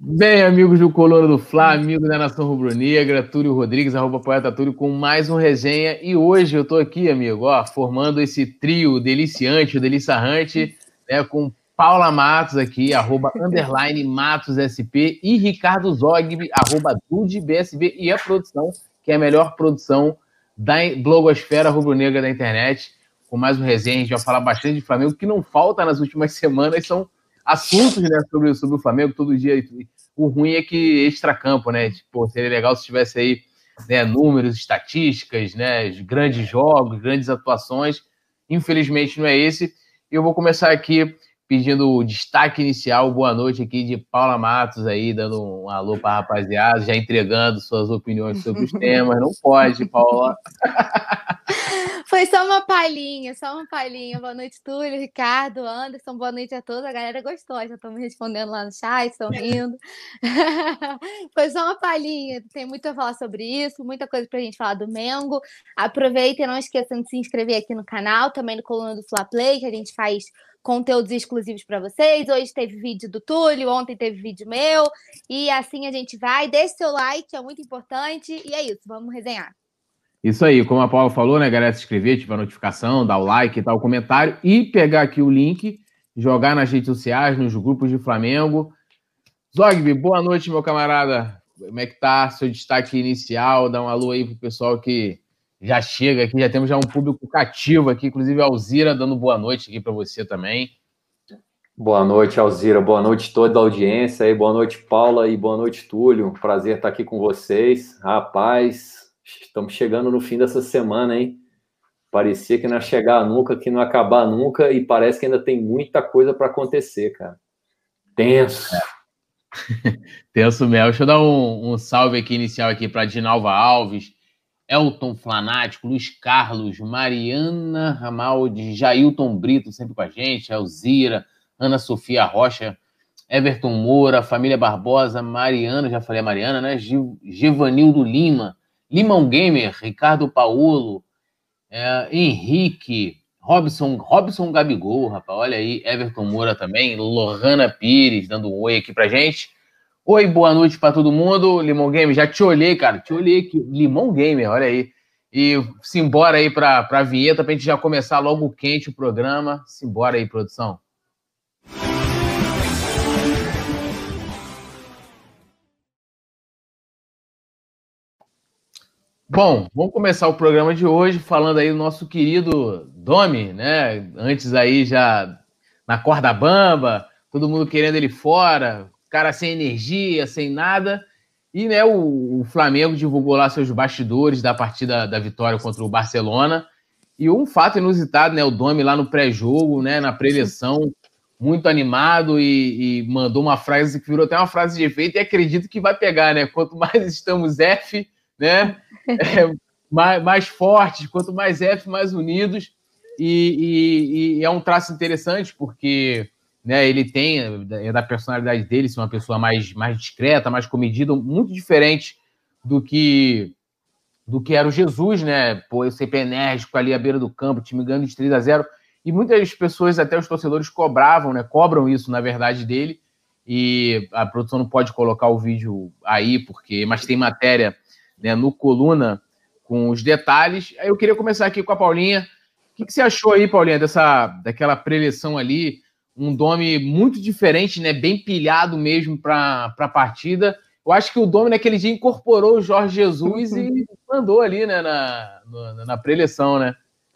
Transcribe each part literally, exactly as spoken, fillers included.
Bem, amigos do Coluna do Fla, amigos da Nação Rubro-Negra, Túlio Rodrigues, arroba Poeta Túlio, com mais um resenha. E hoje eu tô aqui, amigo, ó, formando esse trio deliciante, o deliciarrante, né, com Paula Matos aqui, arroba underline Matos S P, e Ricardo Zogby, arroba Dude B S B, e a produção, que é a melhor produção da blogosfera rubro-negra da internet. Com mais um resenha, a gente vai falar bastante de Flamengo, que não falta nas últimas semanas, são assuntos, né, sobre, sobre o Flamengo, todo dia. O ruim é que extracampo, né? Tipo, seria legal se tivesse aí, né, números, estatísticas, né, grandes jogos, grandes atuações. Infelizmente não é esse. Eu vou começar aqui pedindo o destaque inicial, boa noite aqui de Paula Matos aí, dando um alô para a rapaziada, já entregando suas opiniões sobre os temas. Não pode, Paula. Foi só uma palhinha, só uma palhinha. Boa noite, Túlio, Ricardo, Anderson, boa noite a todos. A galera gostou, já estão me respondendo lá no chat, estão rindo. Foi só uma palhinha, tem muito a falar sobre isso, muita coisa pra gente falar do Mengo. Aproveitem, não esqueçam de se inscrever aqui no canal, também no Coluna do Fla Play, que a gente faz conteúdos exclusivos para vocês. Hoje teve vídeo do Túlio, ontem teve vídeo meu, e assim a gente vai. Deixe seu like, é muito importante, e é isso, vamos resenhar. Isso aí, como a Paula falou, né, galera, se inscrever, ativar a notificação, dar o like e tal, o comentário, e pegar aqui o link, jogar nas redes sociais, nos grupos de Flamengo. Zogby, boa noite, meu camarada. Como é que tá? Seu destaque inicial, dá um alô aí pro pessoal que já chega aqui, já temos já um público cativo aqui, inclusive a Alzira dando boa noite aqui para você também. Boa noite, Alzira, boa noite toda a audiência aí, boa noite, Paula, e boa noite, Túlio. Prazer estar aqui com vocês. Rapaz, estamos chegando no fim dessa semana, hein? Parecia que não ia chegar nunca, que não ia acabar nunca, e parece que ainda tem muita coisa para acontecer, cara. Tenso. É. Tenso mesmo. Deixa eu dar um, um salve aqui inicial aqui para Dinalva Alves, Elton Flanático, Luiz Carlos, Mariana Ramaldi, Jailton Brito, sempre com a gente, Alzira, Ana Sofia Rocha, Everton Moura, Família Barbosa, Mariana, já falei a Mariana, né? Givanildo Lima, Limão Gamer, Ricardo Paulo, é, Henrique, Robson, Robson Gabigol, rapaz, olha aí, Everton Moura também, Lohana Pires, dando um oi aqui pra gente. Oi, boa noite pra todo mundo, Limão Gamer, já te olhei, cara, te olhei aqui, Limão Gamer, olha aí. E simbora aí pra, pra vinheta, pra gente já começar logo quente o programa. Simbora aí, produção. Bom, vamos começar o programa de hoje falando aí do nosso querido Domi, né? Antes aí já na corda bamba, todo mundo querendo ele fora, cara sem energia, sem nada. E, né, o, o Flamengo divulgou lá seus bastidores da partida da vitória contra o Barcelona. E um fato inusitado, né? O Domi lá no pré-jogo, né? Na pré-eleição, muito animado e, e mandou uma frase que virou até uma frase de efeito e acredito que vai pegar, né? Quanto mais estamos F, né? É, mais, mais fortes, quanto mais F, mais unidos, e, e, e é um traço interessante porque, né, ele tem, é da personalidade dele, ser uma pessoa mais, mais discreta, mais comedida, muito diferente do que do que era o Jesus, né? Pô, eu sempre enérgico ali à beira do campo, time ganhando de três a zero, e muitas pessoas, até os torcedores, cobravam, né? Cobram isso, na verdade, dele, e a produção não pode colocar o vídeo aí, porque mas tem matéria, né, no Coluna, com os detalhes. Aí eu queria começar aqui com a Paulinha. O que, que você achou aí, Paulinha, dessa, daquela preleção ali? Um Domi muito diferente, né, bem pilhado mesmo para a partida. Eu acho que o Domi naquele dia incorporou o Jorge Jesus e mandou ali, né, na, na, na preleção, né?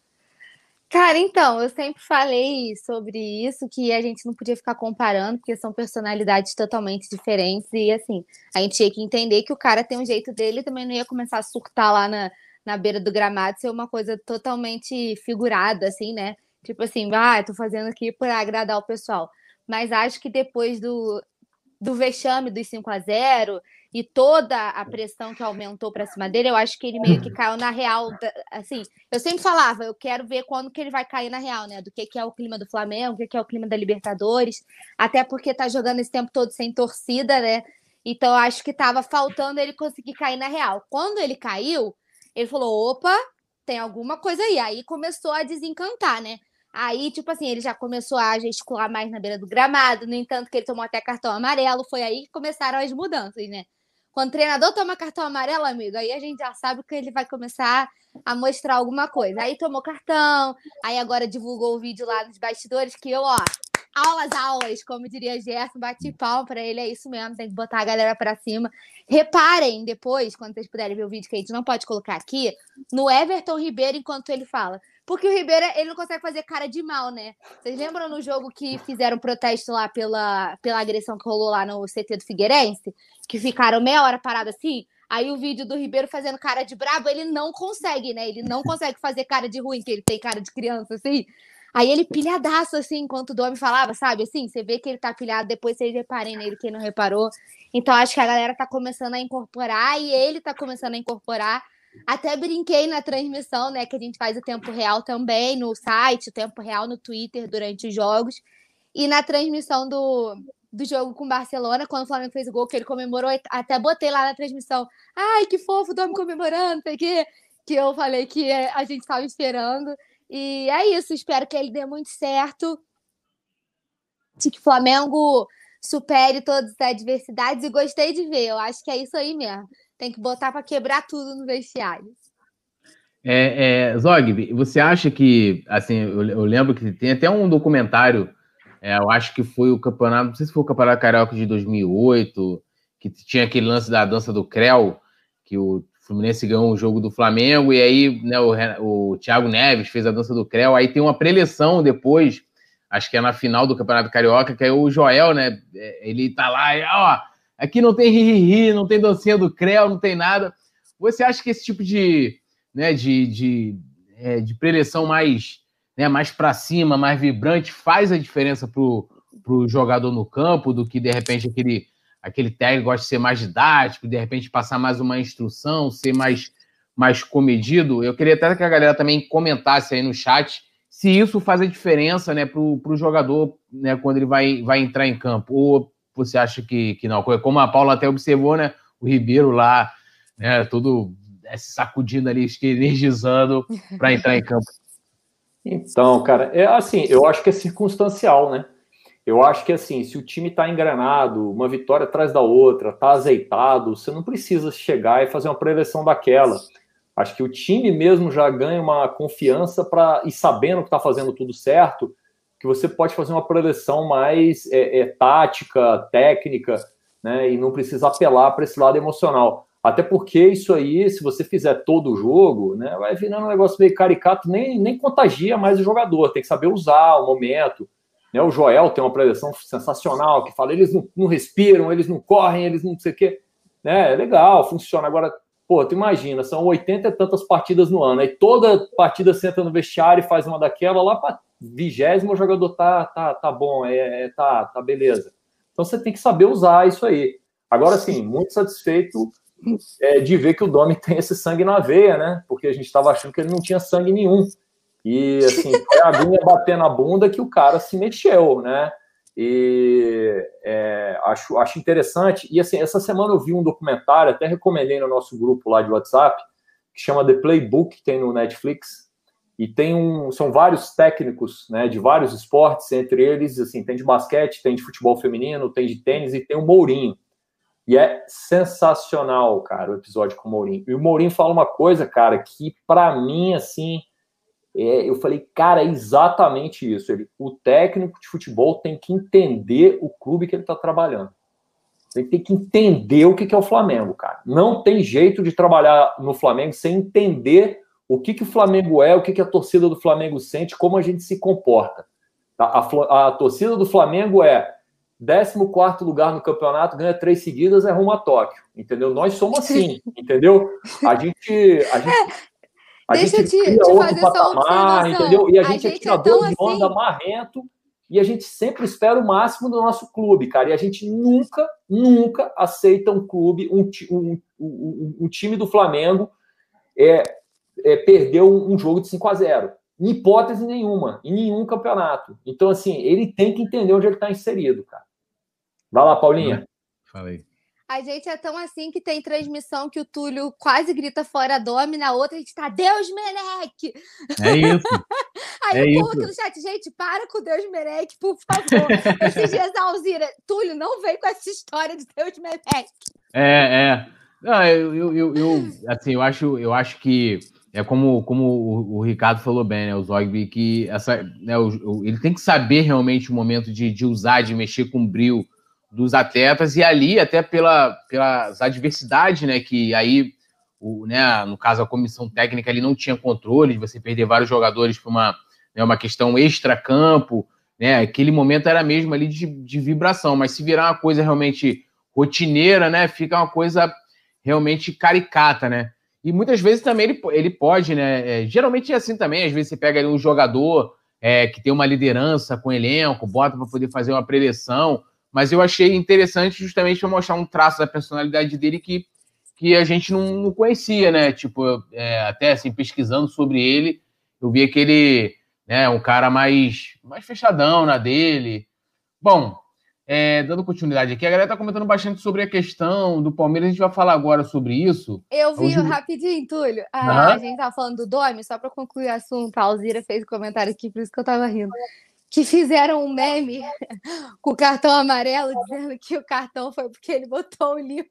Cara, então, eu sempre falei sobre isso, que a gente não podia ficar comparando, porque são personalidades totalmente diferentes, e assim, a gente tinha que entender que o cara tem um jeito dele, também não ia começar a surtar lá na, na beira do gramado, ser uma coisa totalmente figurada, assim, né? Tipo assim, ah, tô fazendo aqui para agradar o pessoal. Mas acho que depois do, do vexame dos cinco a zero e toda a pressão que aumentou para cima dele, eu acho que ele meio que caiu na real, assim, eu sempre falava, eu quero ver quando que ele vai cair na real, né, do que, que é o clima do Flamengo, o que, que é o clima da Libertadores, até porque tá jogando esse tempo todo sem torcida, né, então eu acho que tava faltando ele conseguir cair na real. Quando ele caiu, ele falou, opa, tem alguma coisa aí, aí começou a desencantar, né, Aí, tipo assim, ele já começou a gesticular mais na beira do gramado, no entanto que ele tomou até cartão amarelo, foi aí que começaram as mudanças, né? Quando o treinador toma cartão amarelo, amigo, aí a gente já sabe que ele vai começar a mostrar alguma coisa. Aí tomou cartão, aí agora divulgou o vídeo lá nos bastidores, que eu, ó, aulas, aulas, como diria Gerson, bati pau pra ele, é isso mesmo, tem que botar a galera pra cima. Reparem depois, quando vocês puderem ver o vídeo que a gente não pode colocar aqui, no Everton Ribeiro enquanto ele fala. Porque o Ribeiro, ele não consegue fazer cara de mal, né? Vocês lembram no jogo que fizeram protesto lá pela, pela agressão que rolou lá no C T do Figueirense? Que ficaram meia hora parados assim? Aí o vídeo do Ribeiro fazendo cara de brabo, ele não consegue, né? Ele não consegue fazer cara de ruim, que ele tem cara de criança, assim. Aí ele pilhadaço, assim, enquanto o Domi falava, sabe? Assim, você vê que ele tá pilhado, depois vocês reparem nele, quem não reparou. Então, acho que a galera tá começando a incorporar e ele tá começando a incorporar. Até brinquei na transmissão, né? Que a gente faz o tempo real também no site, o tempo real no Twitter durante os jogos. E na transmissão do, do jogo com o Barcelona, quando o Flamengo fez o gol, que ele comemorou, até botei lá na transmissão. Ai, que fofo, o Domi comemorando, sei que, que eu falei que a gente estava esperando. E é isso, espero que ele dê muito certo. Que o Flamengo supere todas as adversidades e gostei de ver. Eu acho que é isso aí mesmo. Tem que botar para quebrar tudo no vestiário. É, é, Zog, você acha que, assim, eu, eu lembro que tem até um documentário, é, eu acho que foi o campeonato, não sei se foi o Campeonato Carioca de dois mil e oito, que tinha aquele lance da dança do Creu, que o Fluminense ganhou um jogo do Flamengo, e aí, né, o, o Thiago Neves fez a dança do Creu, aí tem uma preleção depois, acho que é na final do Campeonato Carioca, que é o Joel, né, ele tá lá, e, ó, aqui não tem ri-ri-ri, não tem dancinha do Creu, não tem nada. Você acha que esse tipo de, né, de, de, é, de preleção mais, né, mais para cima, mais vibrante, faz a diferença pro, pro jogador no campo, do que, de repente, aquele, aquele técnico gosta de ser mais didático, de repente passar mais uma instrução, ser mais, mais comedido? Eu queria até que a galera também comentasse aí no chat se isso faz a diferença, né, pro, pro jogador, né, quando ele vai, vai entrar em campo, ou você acha que, que não? Como a Paula até observou, né, o Ribeiro lá, né, todo se sacudindo ali, energizando para entrar em campo. Então, cara, é assim, eu acho que é circunstancial, né? Eu acho que, assim, se o time tá engranado, uma vitória atrás da outra, tá azeitado, você não precisa chegar e fazer uma preleção daquela. Acho que o time mesmo já ganha uma confiança para ir sabendo que tá fazendo tudo certo, que você pode fazer uma preleção mais é, é, tática, técnica, né? E não precisa apelar para esse lado emocional. Até porque isso aí, se você fizer todo o jogo, né, vai virando um negócio meio caricato, nem, nem contagia mais o jogador, tem que saber usar o momento. Né? O Joel tem uma preleção sensacional, que fala, eles não, não respiram, eles não correm, eles não sei o quê. Né? É legal, funciona. Agora, pô, tu imagina, são oitenta e tantas partidas no ano, aí toda partida você entra no vestiário e faz uma daquela, lá para vigésimo o jogador tá, tá, tá bom, é, é, tá, tá beleza. Então você tem que saber usar isso aí. Agora, sim, muito satisfeito É, de ver que o Domi tem esse sangue na veia, né? Porque a gente estava achando que ele não tinha sangue nenhum. E, assim, foi a aguinha bater na bunda que o cara se mexeu, né? E é, acho, acho interessante. E, assim, essa semana eu vi um documentário, até recomendei no nosso grupo lá de WhatsApp, que chama The Playbook, que tem no Netflix. E tem um... São vários técnicos, né? De vários esportes, entre eles, assim, tem de basquete, tem de futebol feminino, tem de tênis e tem o Mourinho. E é sensacional, cara, o episódio com o Mourinho. E o Mourinho fala uma coisa, cara, que pra mim, assim, é, eu falei, cara, é exatamente isso. Ele, o técnico de futebol tem que entender o clube que ele tá trabalhando. Ele tem que entender o que, que é o Flamengo, cara. Não tem jeito de trabalhar no Flamengo sem entender o que, que o Flamengo é, o que, que a torcida do Flamengo sente, como a gente se comporta. A, a, a torcida do Flamengo é décimo quarto lugar no campeonato, ganha três seguidas, é rumo a Tóquio, entendeu? Nós somos assim, entendeu? A gente... A gente a Deixa gente eu te, cria te outro fazer patamar, entendeu? E a gente, a gente gente é é tirador tão de onda, assim... marrento, e a gente sempre espera o máximo do nosso clube, cara. E a gente nunca, nunca aceita um clube, um, um, um, um time do Flamengo é, é, perder um, um jogo de cinco a zero. Em hipótese nenhuma, em nenhum campeonato. Então, assim, ele tem que entender onde ele está inserido, cara. Vai lá, Paulinha. Falei. A gente é tão assim que tem transmissão que o Túlio quase grita fora Domi, na outra a gente tá, Deus Meneque! É isso. Aí é o povo isso. aqui no chat, gente, para com Deus Meneque, por favor. Esses dias a Alzira, Túlio, não vem com essa história de Deus Meneque. É, é. Não, eu, eu, eu, eu, assim, eu acho, eu acho que é como, como o, o Ricardo falou bem, né, o Zogby, que essa, né, o, o, ele tem que saber realmente o momento de, de usar, de mexer com o brio dos atletas, e ali, até pela, pelas adversidades, né, que aí, o, né, no caso, a comissão técnica ali não tinha controle de você perder vários jogadores por uma, né, uma questão extra-campo, né, aquele momento era mesmo ali de, de vibração, mas se virar uma coisa realmente rotineira, né, fica uma coisa realmente caricata, né, e muitas vezes também ele, ele pode, né, é, geralmente é assim também, às vezes você pega ali um jogador é, que tem uma liderança com elenco, bota para poder fazer uma preleção, mas eu achei interessante justamente para mostrar um traço da personalidade dele que, que a gente não, não conhecia, né, tipo, é, até assim, pesquisando sobre ele, eu via que ele é um cara mais, mais fechadão na dele. Bom, É, dando continuidade aqui, a galera tá comentando bastante sobre a questão do Palmeiras, a gente vai falar agora sobre isso. Eu vi Hoje... rapidinho, Túlio. Ah, uhum. A gente tava falando do Domi, só para concluir o assunto. A Alzira fez um comentário aqui, por isso que eu tava rindo. Que fizeram um meme com o cartão amarelo, dizendo que o cartão foi porque ele botou o Lincoln.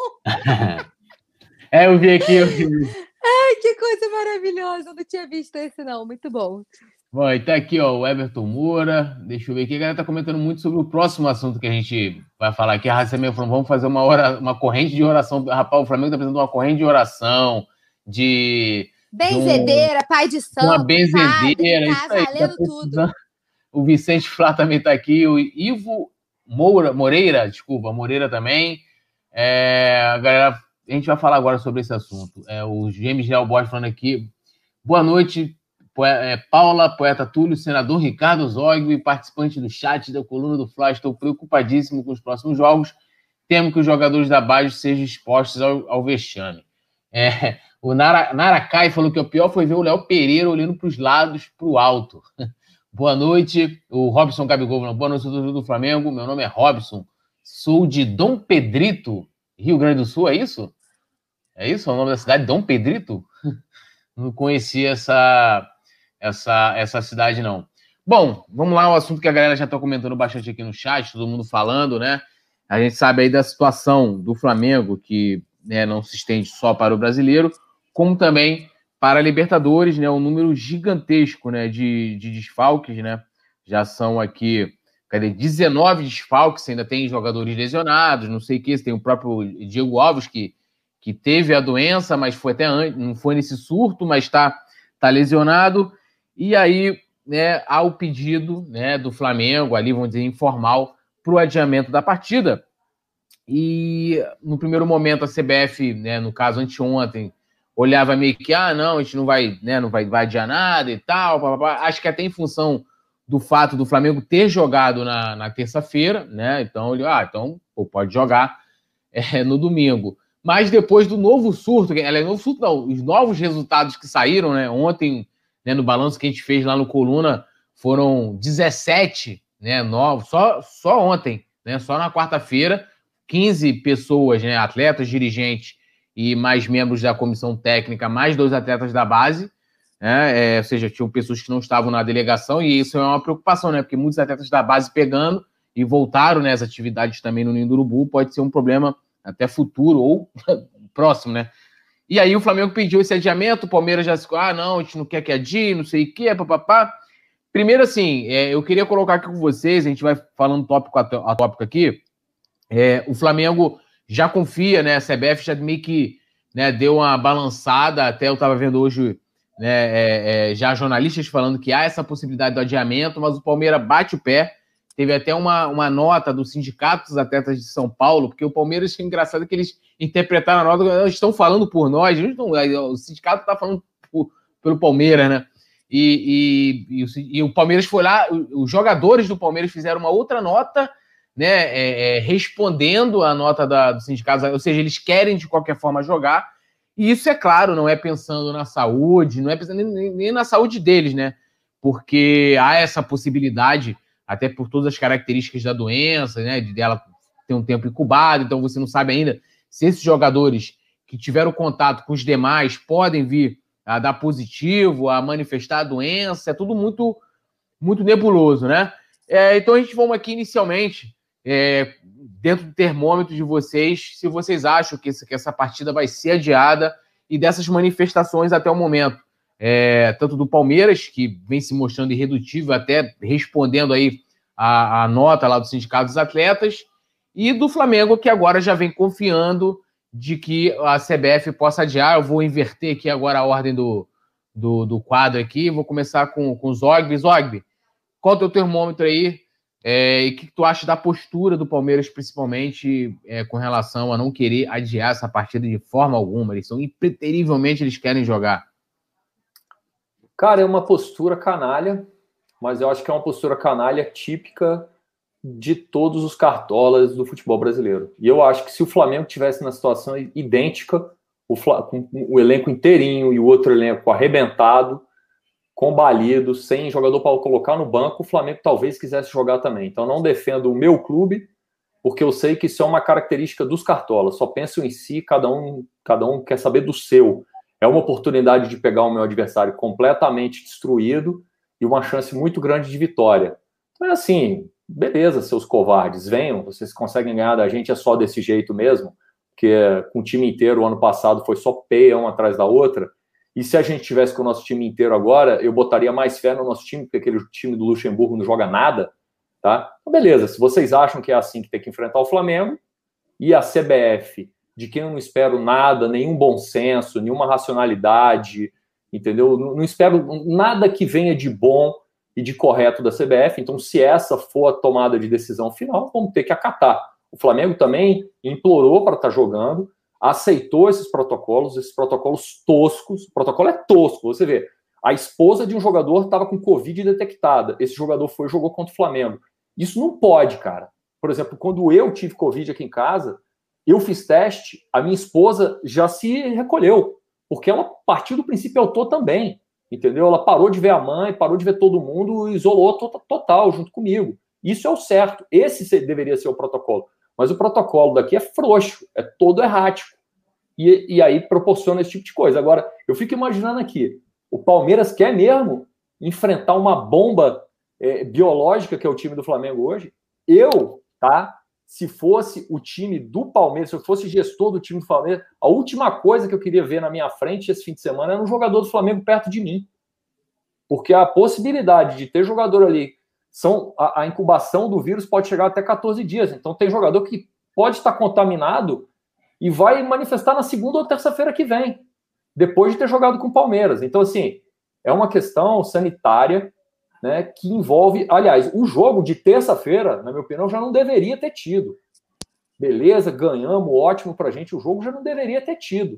É, eu vi aqui. Eu vi. Ai, que coisa maravilhosa. Eu não tinha visto esse, não. Muito bom. Bom, e tá aqui, ó, o Everton Moura. Deixa eu ver aqui. A galera tá comentando muito sobre o próximo assunto que a gente vai falar aqui. A Raça falou, vamos fazer uma, hora, uma corrente de oração. Rapaz, o Flamengo tá precisando de uma corrente de oração, de... Benzedeira, de um, pai de santo, uma benzedeira, padre, isso tá aí, valendo tá tudo. O Vicente Flá também tá aqui, o Ivo Moura, Moreira, desculpa, Moreira também. É, a galera, a gente vai falar agora sobre esse assunto. É, o James Real Borges falando aqui. Boa noite, É, Paula, poeta Túlio, senador Ricardo Zogby, participante do chat da coluna do Fla. Estou preocupadíssimo com os próximos jogos. Temo que os jogadores da base sejam expostos ao, ao vexame. É, o Nara, Narakai falou que o pior foi ver o Léo Pereira olhando para os lados, para o alto. Boa noite. O Robson Gabigol falou, boa noite, torcedor do Flamengo. Meu nome é Robson. Sou de Dom Pedrito, Rio Grande do Sul, é isso? É isso? É o nome da cidade? Dom Pedrito? Não conhecia essa... Essa, essa cidade, não. Bom, vamos lá, o assunto que a galera já está comentando bastante aqui no chat, todo mundo falando, né? A gente sabe aí da situação do Flamengo, que né, não se estende só para o brasileiro, como também para a Libertadores, né? Um número gigantesco, né, de, de desfalques, né? Já são aqui, cadê? dezenove desfalques, ainda tem jogadores lesionados, não sei o que, tem o próprio Diego Alves, que, que teve a doença, mas foi até antes, não foi nesse surto, mas está tá lesionado. E aí, né, há o pedido né, do Flamengo, ali, vamos dizer, informal, para o adiamento da partida. E, no primeiro momento, a C B F, né, no caso, anteontem, olhava meio que, ah, não, a gente não vai, né, não vai, vai adiar nada e tal. Blá, blá, blá. Acho que até em função do fato do Flamengo ter jogado na, na terça-feira, né, então ele, ah, então pô, pode jogar é, no domingo. Mas depois do novo surto, ela é novo surto, não, os novos resultados que saíram, né, ontem... Né, no balanço que a gente fez lá no Coluna, foram dezessete, né, novos, só, só ontem, né, só na quarta-feira, quinze pessoas, né, atletas, dirigentes e mais membros da comissão técnica, mais dois atletas da base, né, é, ou seja, tinham pessoas que não estavam na delegação, e isso é uma preocupação, né, porque muitos atletas da base pegando e voltaram né, as atividades também no Ninho do Urubu, pode ser um problema até futuro ou próximo, né. E aí o Flamengo pediu esse adiamento, o Palmeiras já ficou, ah, não, a gente não quer que adie, não sei o quê, papapá. Primeiro, assim, é, eu queria colocar aqui com vocês, a gente vai falando tópico a tópico aqui, é, o Flamengo já confia, né, a C B F já meio que né, deu uma balançada, até eu estava vendo hoje né, é, é, já jornalistas falando que há essa possibilidade do adiamento, mas o Palmeiras bate o pé. Teve até uma, uma nota do Sindicato dos Atletas de São Paulo, porque o Palmeiras, é engraçado que eles interpretaram a nota, eles estão falando por nós, não, o sindicato está falando por, pelo Palmeiras, né? E, e, e, o, e o Palmeiras foi lá, os jogadores do Palmeiras fizeram uma outra nota, né, é, é, respondendo a nota da, do sindicato, ou seja, eles querem de qualquer forma jogar, e isso é claro, não é pensando na saúde, não é pensando nem, nem na saúde deles, né? Porque há essa possibilidade, até por todas as características da doença, né, de dela tem um tempo incubado, então você não sabe ainda se esses jogadores que tiveram contato com os demais podem vir a dar positivo, a manifestar a doença, é tudo muito, muito nebuloso, né? É, então a gente vamos aqui inicialmente, é, dentro do termômetro de vocês, se vocês acham que essa, que essa partida vai ser adiada e dessas manifestações até o momento. É, tanto do Palmeiras, que vem se mostrando irredutível, até respondendo aí a, a nota lá do Sindicato dos Atletas, e do Flamengo, que agora já vem confiando de que a C B F possa adiar. Eu vou inverter aqui agora a ordem do, do, do quadro aqui, vou começar com, com o Zogby. Zogby, qual é o teu termômetro aí? É, e o que, que tu acha da postura do Palmeiras, principalmente é, com relação a não querer adiar essa partida de forma alguma? Eles são impreterivelmente, eles querem jogar. Cara, é uma postura canalha, mas eu acho que é uma postura canalha típica de todos os cartolas do futebol brasileiro. E eu acho que se o Flamengo tivesse na situação idêntica, o, com o elenco inteirinho e o outro elenco arrebentado, combalido, sem jogador para colocar no banco, o Flamengo talvez quisesse jogar também. Então não defendo o meu clube, porque eu sei que isso é uma característica dos cartolas. Só penso em si, cada um, cada um quer saber do seu. É uma oportunidade de pegar o meu adversário completamente destruído e uma chance muito grande de vitória. Então é assim, beleza, seus covardes, venham, vocês conseguem ganhar da gente, é só desse jeito mesmo, porque com o time inteiro, o ano passado foi só peia uma atrás da outra, e se a gente tivesse com o nosso time inteiro agora, eu botaria mais fé no nosso time, porque aquele time do Luxemburgo não joga nada, tá? Então beleza, se vocês acham que é assim que tem que enfrentar o Flamengo, e a C B F, de quem eu não espero nada, nenhum bom senso, nenhuma racionalidade, entendeu? Não, não espero nada que venha de bom e de correto da C B F. Então, se essa for a tomada de decisão final, vamos ter que acatar. O Flamengo também implorou para estar jogando, aceitou esses protocolos, esses protocolos toscos. O protocolo é tosco, você vê. A esposa de um jogador estava com Covid detectada. Esse jogador foi e jogou contra o Flamengo. Isso não pode, cara. Por exemplo, quando eu tive Covid aqui em casa, eu fiz teste, a minha esposa já se recolheu, porque ela partiu do princípio, eu tô também, entendeu? Ela parou de ver a mãe, parou de ver todo mundo, isolou total junto comigo. Isso é o certo, esse deveria ser o protocolo. Mas o protocolo daqui é frouxo, é todo errático. E, e aí proporciona esse tipo de coisa. Agora, eu fico imaginando aqui, o Palmeiras quer mesmo enfrentar uma bomba é, biológica, que é o time do Flamengo hoje? Eu, tá? Se fosse o time do Palmeiras, se eu fosse gestor do time do Palmeiras, a última coisa que eu queria ver na minha frente esse fim de semana era um jogador do Flamengo perto de mim. Porque a possibilidade de ter jogador ali, são, a, a incubação do vírus pode chegar até quatorze dias. Então tem jogador que pode estar contaminado e vai manifestar na segunda ou terça-feira que vem, depois de ter jogado com o Palmeiras. Então, assim, é uma questão sanitária, né, que envolve... Aliás, o jogo de terça-feira, na minha opinião, já não deveria ter tido. Beleza, ganhamos, ótimo pra gente, o jogo já não deveria ter tido.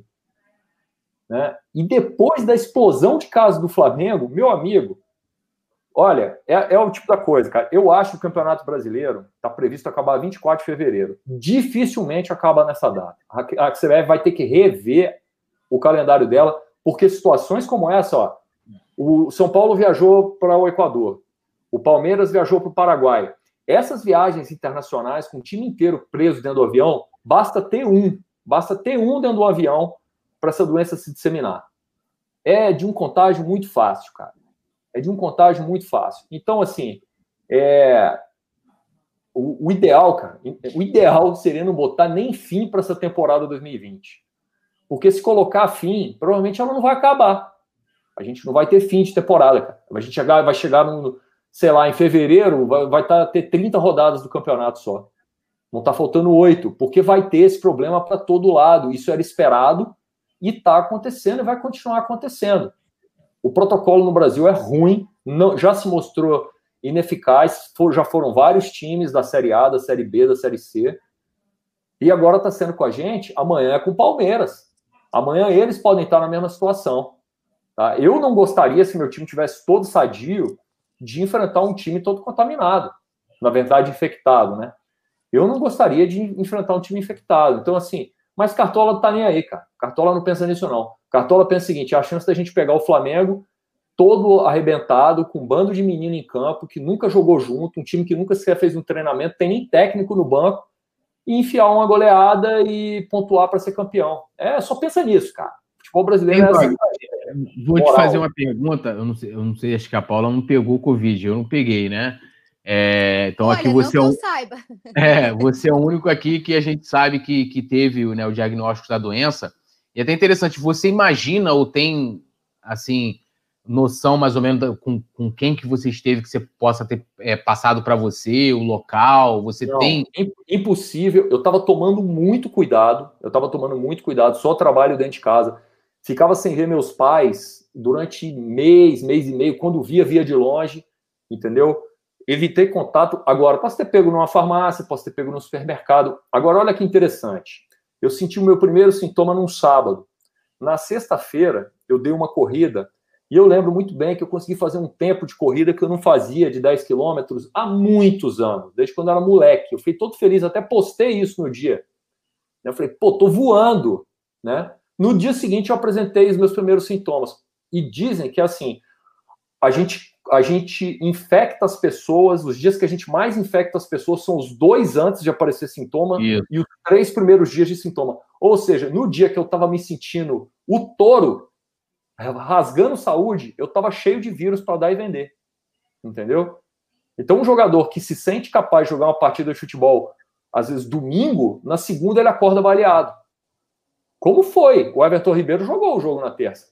Né? E depois da explosão de casos do Flamengo, meu amigo, olha, é, é o tipo da coisa, cara. Eu acho que o Campeonato Brasileiro está previsto acabar vinte e quatro de fevereiro. Dificilmente acaba nessa data. A C B F vai ter que rever o calendário dela, porque situações como essa, ó, o São Paulo viajou para o Equador, o Palmeiras viajou para o Paraguai. Essas viagens internacionais, com o time inteiro preso dentro do avião, basta ter um, basta ter um dentro do avião para essa doença se disseminar. É de um contágio muito fácil, cara. É de um contágio muito fácil. Então, assim, é... o, o ideal, cara, o ideal seria não botar nem fim para essa temporada dois mil e vinte. Porque se colocar fim, provavelmente ela não vai acabar. A gente não vai ter fim de temporada, cara. A gente chegar, vai chegar, no, sei lá, em fevereiro, vai, vai tá, ter trinta rodadas do campeonato só. Não está faltando oito, porque vai ter esse problema para todo lado. Isso era esperado e está acontecendo e vai continuar acontecendo. O protocolo no Brasil é ruim, não, já se mostrou ineficaz, for, já foram vários times da Série A, da Série B, da Série C, e agora está sendo com a gente, amanhã é com o Palmeiras. Amanhã eles podem estar na mesma situação. Tá? Eu não gostaria, se meu time tivesse todo sadio, de enfrentar um time todo contaminado, na verdade infectado, né? Eu não gostaria de enfrentar um time infectado. Então, assim, mas Cartola não tá nem aí, cara. Cartola não pensa nisso, não. Cartola pensa o seguinte, a chance da gente pegar o Flamengo todo arrebentado, com um bando de menino em campo, que nunca jogou junto, um time que nunca sequer fez um treinamento, tem nem técnico no banco, e enfiar uma goleada e pontuar para ser campeão. É, só pensa nisso, cara. O futebol brasileiro é assim. Vou te fazer uma pergunta, eu não sei, eu não sei, acho que a Paula não pegou Covid, eu não peguei, né? É, então Olha, aqui você não é, um, que eu saiba. é, você é o único aqui que a gente sabe que, que teve, né, o diagnóstico da doença. E é até interessante, você imagina ou tem, assim, noção mais ou menos da, com, com quem que você esteve, que você possa ter é, passado para você, o local, você não, tem... Impossível, eu estava tomando muito cuidado, eu estava tomando muito cuidado, só trabalho dentro de casa, ficava sem ver meus pais durante mês, mês e meio, quando via, via de longe, entendeu? Evitei contato. Agora, posso ter pego numa farmácia, posso ter pego no supermercado. Agora, olha que interessante. Eu senti o meu primeiro sintoma num sábado. Na sexta-feira, eu dei uma corrida e eu lembro muito bem que eu consegui fazer um tempo de corrida que eu não fazia de dez quilômetros há muitos anos, desde quando eu era moleque. Eu fiquei todo feliz, até postei isso no dia. Eu falei, pô, tô voando, né? No dia seguinte, eu apresentei os meus primeiros sintomas. E dizem que, assim, a gente, a gente infecta as pessoas, os dias que a gente mais infecta as pessoas são os dois antes de aparecer sintoma Isso. e os três primeiros dias de sintoma. Ou seja, no dia que eu estava me sentindo o touro, rasgando saúde, eu estava cheio de vírus para dar e vender. Entendeu? Então, um jogador que se sente capaz de jogar uma partida de futebol, às vezes domingo, na segunda ele acorda baleado. Como foi? O Everton Ribeiro jogou o jogo na terça.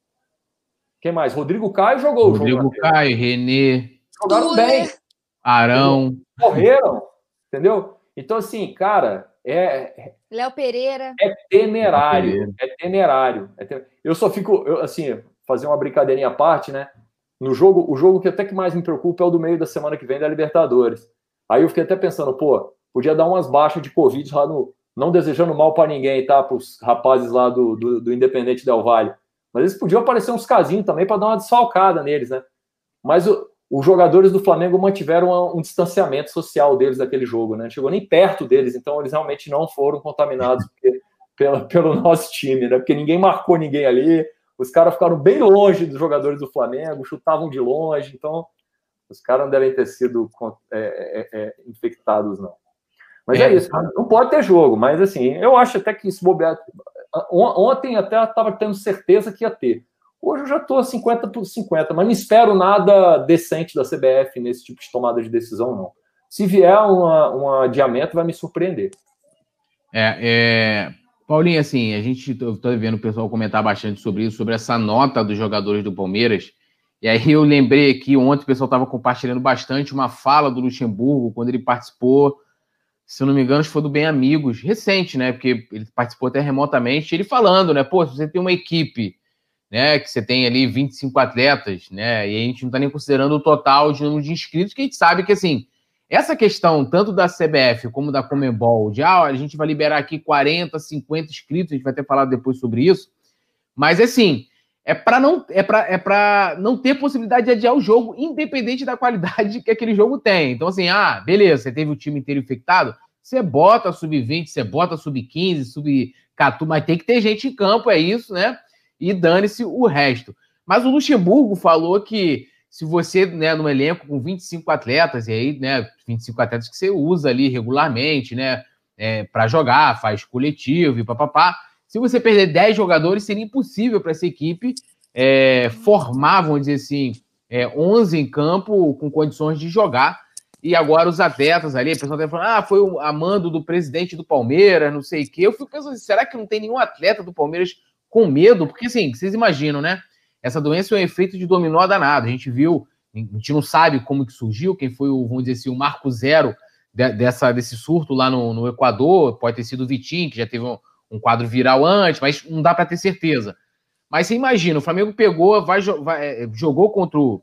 Quem mais? Rodrigo Caio jogou Rodrigo o jogo. Rodrigo Caio, Renê. Jogaram bem. Arão. Entendeu? Correram. Entendeu? Então, assim, cara, é. Léo Pereira. É temerário. É temerário. É temerário. Eu só fico, eu, assim, fazer uma brincadeirinha à parte, né? No jogo, o jogo que até que mais me preocupa é o do meio da semana que vem da Libertadores. Aí eu fiquei até pensando, pô, podia dar umas baixas de Covid lá no. Não desejando mal para ninguém, tá? Para os rapazes lá do, do, do Independente Del Valle. Mas eles podiam aparecer uns casinhos também para dar uma desfalcada neles, né? Mas o, os jogadores do Flamengo mantiveram um, um distanciamento social deles daquele jogo, né? Não chegou nem perto deles, então eles realmente não foram contaminados porque, pela, pelo nosso time, né? Porque ninguém marcou ninguém ali, os caras ficaram bem longe dos jogadores do Flamengo, chutavam de longe, então os caras não devem ter sido é, é, é, infectados, não. Mas é, é isso, cara. Não pode ter jogo, mas assim, eu acho até que esse bobear. Ontem até estava tendo certeza que ia ter. Hoje eu já estou cinquenta por cinquenta, mas não espero nada decente da C B F nesse tipo de tomada de decisão, não. Se vier uma, um adiamento, vai me surpreender. É, é... Paulinho, assim, a gente está vendo o pessoal comentar bastante sobre isso, sobre essa nota dos jogadores do Palmeiras. E aí eu lembrei aqui, ontem o pessoal estava compartilhando bastante uma fala do Luxemburgo, quando ele participou, se eu não me engano, foi do Bem Amigos, recente, né? Porque ele participou até remotamente, ele falando, né? Pô, se você tem uma equipe, né? Que você tem ali vinte e cinco atletas, né? E a gente não está nem considerando o total de número de inscritos, que a gente sabe que, assim, essa questão, tanto da C B F como da Conmebol, de, ah, a gente vai liberar aqui quarenta, cinquenta inscritos, a gente vai ter falado depois sobre isso, mas, assim, é para não, é pra, é pra não ter possibilidade de adiar o jogo, independente da qualidade que aquele jogo tem. Então, assim, ah, beleza, você teve o time inteiro infectado, você bota sub vinte, você bota sub quinze, sub quatorze, mas tem que ter gente em campo, é isso, né? E dane-se o resto. Mas o Luxemburgo falou que se você, né, num elenco com vinte e cinco atletas, e aí, né, vinte e cinco atletas que você usa ali regularmente, né, é, para jogar, faz coletivo e papapá, se você perder dez jogadores, seria impossível para essa equipe é, formar, vamos dizer assim, é, onze em campo com condições de jogar. E agora os atletas ali, a pessoa está falando, ah, foi o amando do presidente do Palmeiras, não sei o quê. Eu fico pensando, será que não tem nenhum atleta do Palmeiras com medo? Porque, assim, vocês imaginam, né? Essa doença é um efeito de dominó danado. A gente viu, a gente não sabe como que surgiu, quem foi o, vamos dizer assim, o marco zero de, dessa, desse surto lá no, no Equador. Pode ter sido o Vitinho, que já teve um, um quadro viral antes, mas não dá para ter certeza. Mas você imagina, o Flamengo pegou, vai, vai, jogou contra o,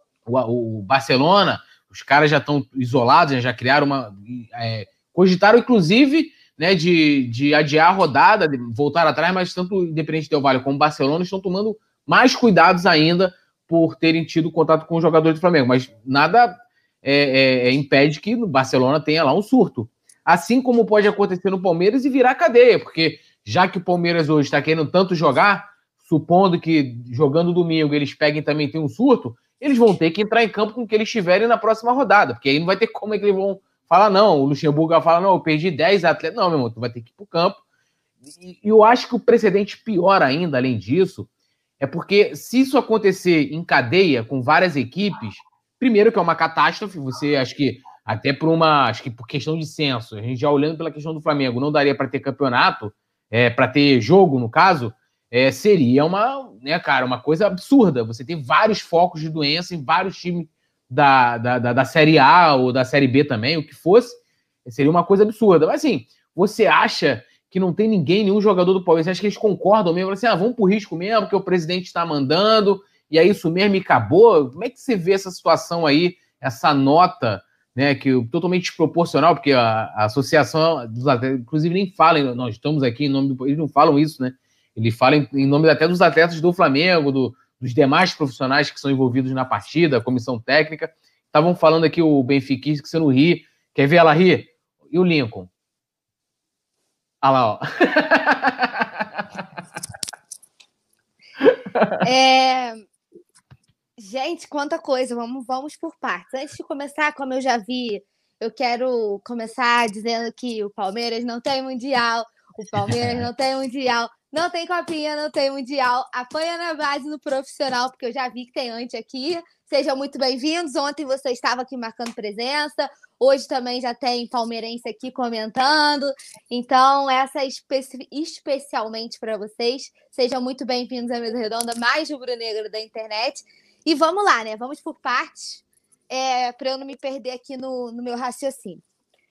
o, o Barcelona, os caras já estão isolados, né, já criaram uma... É, cogitaram, inclusive, né, de, de adiar a rodada, de voltar atrás, mas tanto o Independente Del Valle como o Barcelona estão tomando mais cuidados ainda por terem tido contato com os jogadores do Flamengo. Mas nada é, é, impede que no Barcelona tenha lá um surto. Assim como pode acontecer no Palmeiras e virar cadeia, porque já que o Palmeiras hoje está querendo tanto jogar, supondo que jogando domingo eles peguem também tem um surto, eles vão ter que entrar em campo com o que eles tiverem na próxima rodada, porque aí não vai ter como é que eles vão fala, não, o Luxemburgo fala, não, eu perdi dez atletas. Não, meu irmão, tu vai ter que ir pro campo. E, e eu acho que o precedente pior ainda, além disso, é porque se isso acontecer em cadeia com várias equipes, primeiro que é uma catástrofe, você acho que até por uma, acho que por questão de censo, a gente já olhando pela questão do Flamengo, não daria para ter campeonato, é, para ter jogo, no caso, é, seria uma, né, cara, uma coisa absurda. Você tem vários focos de doença em vários times da, da, da, da Série A ou da Série B também, o que fosse, seria uma coisa absurda. Mas assim, você acha que não tem ninguém, nenhum jogador do Palmeiras, você acha que eles concordam mesmo, assim, ah, vamos pro risco mesmo, porque o presidente está mandando, e é isso mesmo e acabou? Como é que você vê essa situação aí, essa nota, né, que totalmente desproporcional, porque a, a associação dos atletas, inclusive nem fala, nós estamos aqui em nome do... Eles não falam isso, né? Eles falam em, em nome até dos atletas do Flamengo, do, dos demais profissionais que são envolvidos na partida, a comissão técnica. Estavam falando aqui o benfiquista, que você não ri. Quer ver ela rir? E o Lincoln? Olha lá, ó. É... Gente, quanta coisa. Vamos, vamos por partes. Antes de começar, como eu já vi, eu quero começar dizendo que o Palmeiras não tem mundial, o Palmeiras não tem mundial, não tem copinha, não tem mundial. Apanha na base no profissional, porque eu já vi que tem antes aqui. Sejam muito bem-vindos. Ontem você estava aqui marcando presença. Hoje também já tem palmeirense aqui comentando. Então, essa é espe- especialmente para vocês. Sejam muito bem-vindos à Mesa Redonda mais rubro-negra da internet. E vamos lá, né? Vamos por partes, é, para eu não me perder aqui no, no meu raciocínio.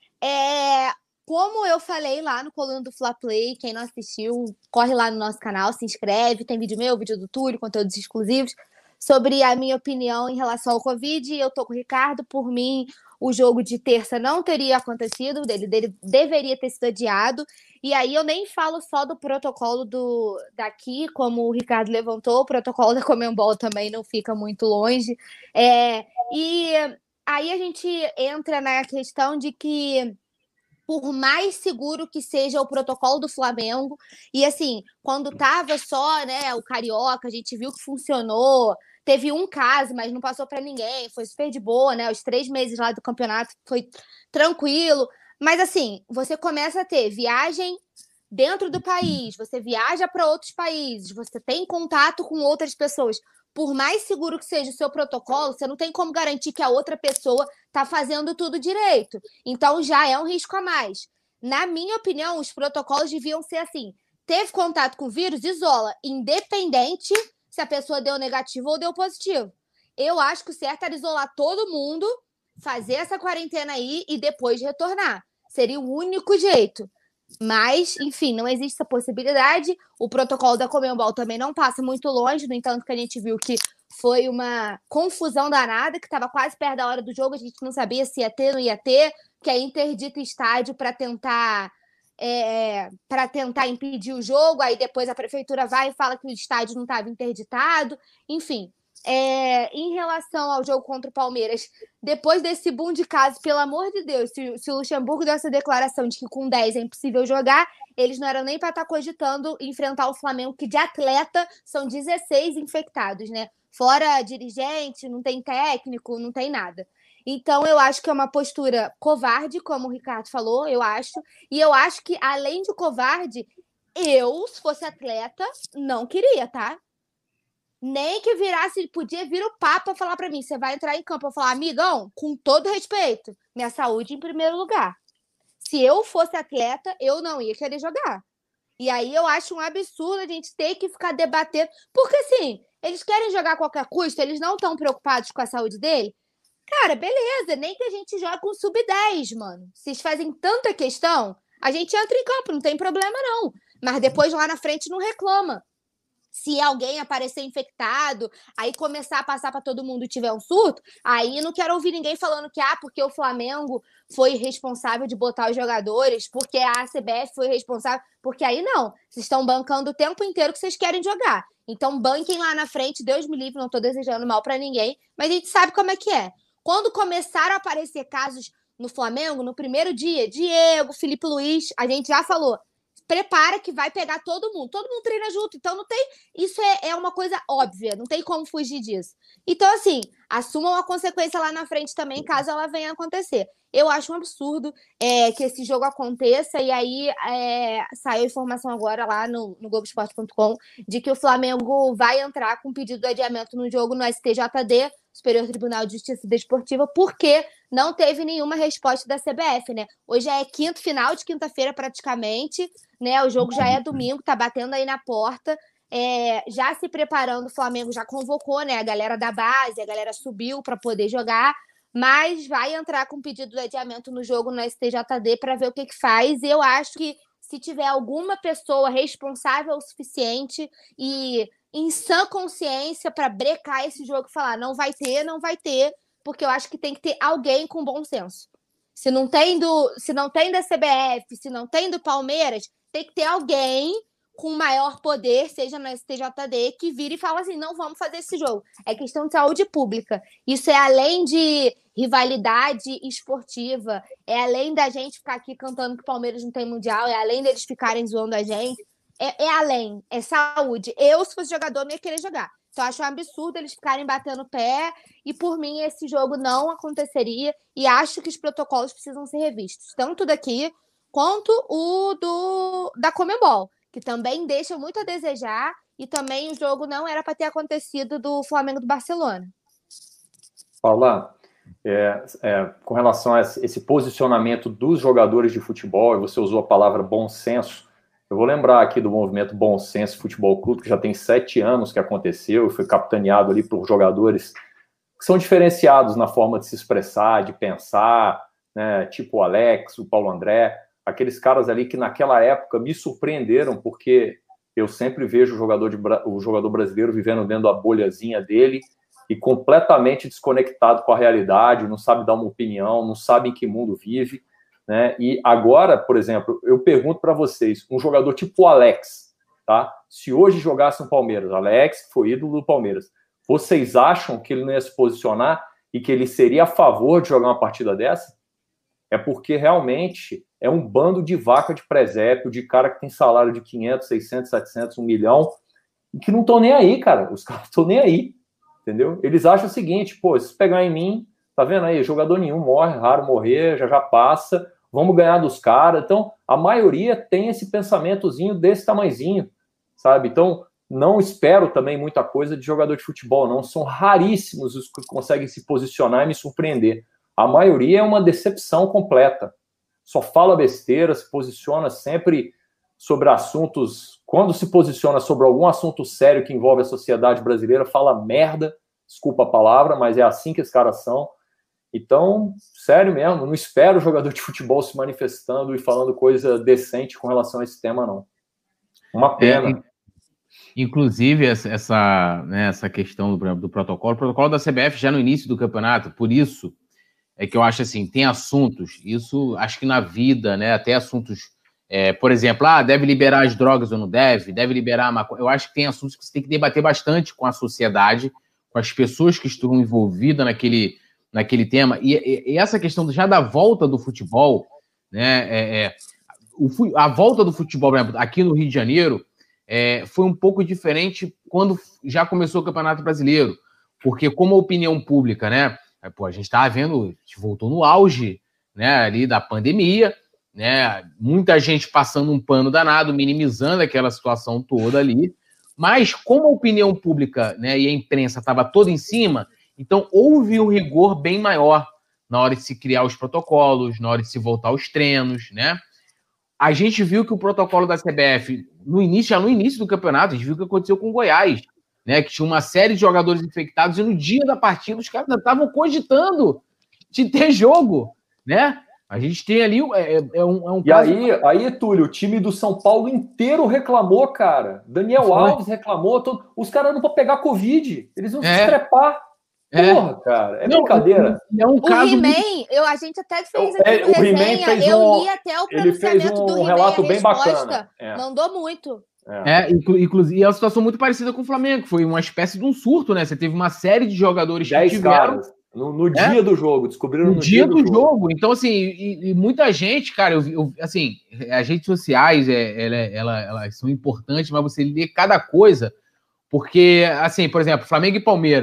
É, como eu falei lá no Coluna do Fla Play, quem não assistiu, corre lá no nosso canal, se inscreve. Tem vídeo meu, vídeo do Túlio, conteúdos exclusivos sobre a minha opinião em relação ao Covid. Eu tô com o Ricardo. Por mim, o jogo de terça não teria acontecido, ele, dele deveria ter sido adiado. E aí eu nem falo só do protocolo do, daqui, como o Ricardo levantou, o protocolo da Conmebol também não fica muito longe. É, e aí a gente entra na questão de que, por mais seguro que seja o protocolo do Flamengo, e assim, quando tava só, né, o Carioca, a gente viu que funcionou. Teve um caso, mas não passou para ninguém, foi super de boa, né? Os três meses lá do campeonato foi tranquilo. Mas assim, você começa a ter viagem dentro do país, você viaja para outros países, você tem contato com outras pessoas. Por mais seguro que seja o seu protocolo, você não tem como garantir que a outra pessoa está fazendo tudo direito. Então já é um risco a mais. Na minha opinião, os protocolos deviam ser assim: teve contato com o vírus, isola, independente se a pessoa deu negativo ou deu positivo. Eu acho que o certo era isolar todo mundo, fazer essa quarentena aí e depois retornar. Seria o único jeito. Mas, enfim, não existe essa possibilidade. O protocolo da Conmebol também não passa muito longe, no entanto que a gente viu que foi uma confusão danada, que estava quase perto da hora do jogo, a gente não sabia se ia ter ou não ia ter, que é interdito estádio para tentar... É, para tentar impedir o jogo, aí depois a prefeitura vai e fala que o estádio não estava interditado. Enfim, é, em relação ao jogo contra o Palmeiras, depois desse boom de casos, pelo amor de Deus, se, se o Luxemburgo deu essa declaração de que com dez é impossível jogar, eles não eram nem para estar cogitando enfrentar o Flamengo, que de atleta são dezesseis infectados, né? Fora dirigente, não tem técnico, não tem nada. Então, eu acho que é uma postura covarde, como o Ricardo falou, eu acho. E eu acho que, além de covarde, eu, se fosse atleta, não queria, tá? Nem que virasse, podia vir o Papa falar pra mim, você vai entrar em campo. Eu falar, amigão, com todo respeito, minha saúde em primeiro lugar. Se eu fosse atleta, eu não ia querer jogar. E aí eu acho um absurdo a gente ter que ficar debatendo. Porque, assim, eles querem jogar a qualquer custo, eles não estão preocupados com a saúde dele. Cara, beleza, nem que a gente jogue com sub dez, mano. Vocês fazem tanta questão, a gente entra em campo, não tem problema não. Mas depois lá na frente não reclama. Se alguém aparecer infectado, aí começar a passar para todo mundo e tiver um surto, aí não quero ouvir ninguém falando que, ah, porque o Flamengo foi responsável de botar os jogadores, porque a C B F foi responsável, porque aí não. Vocês estão bancando o tempo inteiro que vocês querem jogar. Então banquem lá na frente, Deus me livre, não tô desejando mal para ninguém, mas a gente sabe como é que é. Quando começaram a aparecer casos no Flamengo, no primeiro dia, Diego, Felipe Luiz, a gente já falou, prepara que vai pegar todo mundo. Todo mundo treina junto, então não tem... Isso é, é uma coisa óbvia, não tem como fugir disso. Então, assim, assumam a consequência lá na frente também, caso ela venha a acontecer. Eu acho um absurdo é, que esse jogo aconteça, e aí é, saiu informação agora lá no, no Globo Esporte ponto com de que o Flamengo vai entrar com pedido de adiamento no jogo no S T J D, Superior Tribunal de Justiça Desportiva, porque não teve nenhuma resposta da C B F, né? Hoje é quinto, final de quinta-feira praticamente, né? O jogo já é domingo, tá batendo aí na porta. É, já se preparando, o Flamengo já convocou, né, a galera da base, a galera subiu para poder jogar, mas vai entrar com pedido de adiamento no jogo no S T J D para ver o que que faz, e eu acho que se tiver alguma pessoa responsável o suficiente e em sã consciência para brecar esse jogo e falar, não vai ter, não vai ter, porque eu acho que tem que ter alguém com bom senso. Se não tem do, se não tem da C B F, se não tem do Palmeiras, tem que ter alguém com maior poder, seja no S T J D, que vira e fala assim, não vamos fazer esse jogo. É questão de saúde pública. Isso é além de rivalidade esportiva, é além da gente ficar aqui cantando que o Palmeiras não tem mundial, é além deles ficarem zoando a gente, é, é além, é saúde. Eu, se fosse jogador, não ia querer jogar. Então, eu acho um absurdo eles ficarem batendo pé, e por mim esse jogo não aconteceria, e acho que os protocolos precisam ser revistos, tanto daqui quanto o do, da Conmebol, que também deixa muito a desejar, e também o jogo não era para ter acontecido do Flamengo do Barcelona. Paula, é, é, com relação a esse posicionamento dos jogadores de futebol, e você usou a palavra bom senso, eu vou lembrar aqui do movimento Bom Senso Futebol Clube, que já tem sete anos que aconteceu, e foi capitaneado ali por jogadores que são diferenciados na forma de se expressar, de pensar, né, tipo o Alex, o Paulo André, aqueles caras ali que naquela época me surpreenderam, porque eu sempre vejo o jogador, de, o jogador brasileiro vivendo dentro da bolhazinha dele e completamente desconectado com a realidade, não sabe dar uma opinião, não sabe em que mundo vive, né? E agora, por exemplo, eu pergunto para vocês, um jogador tipo o Alex, tá? Se hoje jogasse no Palmeiras, Alex foi ídolo do Palmeiras, vocês acham que ele não ia se posicionar e que ele seria a favor de jogar uma partida dessa? É porque realmente é um bando de vaca de presépio, de cara que tem salário de quinhentos, seiscentos, setecentos, um milhão, e que não estão nem aí, cara. Os caras estão nem aí, entendeu? Eles acham o seguinte, pô, se pegar em mim, tá vendo aí, jogador nenhum morre, raro morrer, já já passa, vamos ganhar dos caras. Então, a maioria tem esse pensamentozinho desse tamanhozinho, sabe? Então, não espero também muita coisa de jogador de futebol, não. São raríssimos os que conseguem se posicionar e me surpreender. A maioria é uma decepção completa. Só fala besteira, se posiciona sempre sobre assuntos... Quando se posiciona sobre algum assunto sério que envolve a sociedade brasileira, fala merda, desculpa a palavra, mas é assim que os caras são. Então, sério mesmo, não espero o jogador de futebol se manifestando e falando coisa decente com relação a esse tema, não. Uma pena. É, inclusive, essa, né, essa questão do, do protocolo, o protocolo da C B F já no início do campeonato, por isso... é que eu acho assim, tem assuntos, isso acho que na vida, né, até assuntos, é, por exemplo, ah, deve liberar as drogas ou não deve, deve liberar a maconha, eu acho que tem assuntos que você tem que debater bastante com a sociedade, com as pessoas que estão envolvidas naquele, naquele tema, e, e, e essa questão já da volta do futebol, né, é, é, o, a volta do futebol, por exemplo, aqui no Rio de Janeiro, é, foi um pouco diferente quando já começou o Campeonato Brasileiro, porque como a opinião pública, né, pô, a gente estava vendo, a gente voltou no auge, né, ali da pandemia, né, muita gente passando um pano danado, minimizando aquela situação toda ali, mas como a opinião pública, né, e a imprensa estava toda em cima, então houve um rigor bem maior na hora de se criar os protocolos, na hora de se voltar aos treinos, né. A gente viu que o protocolo da C B F, no início, já no início do campeonato, a gente viu o que aconteceu com o Goiás, né, que tinha uma série de jogadores infectados e no dia da partida os caras estavam cogitando de ter jogo, né? A gente tem ali é, é um, é um e caso... aí, aí, Túlio, o time do São Paulo inteiro reclamou, cara. Daniel Foi. Alves reclamou, todo... os caras não vão pegar Covid, eles vão é. se estrepar. Porra, é. cara, é não, brincadeira. É um o caso He-Man, de... eu, a gente até fez aqui é, no resenha, fez eu um, li até o pronunciamento um do He-Man, relato a bem bacana. É. Mandou muito. É, é inclusive, é uma situação muito parecida com o Flamengo, foi uma espécie de um surto, né? Você teve uma série de jogadores que tiveram... Caras, no, no dia é? do jogo, descobriram no, no dia, dia do, do jogo. jogo. Então, assim, e, e muita gente, cara, eu, eu, assim, as redes sociais, é, ela, ela, elas são importantes, mas você lê cada coisa, porque, assim, por exemplo, Flamengo e Palmeiras,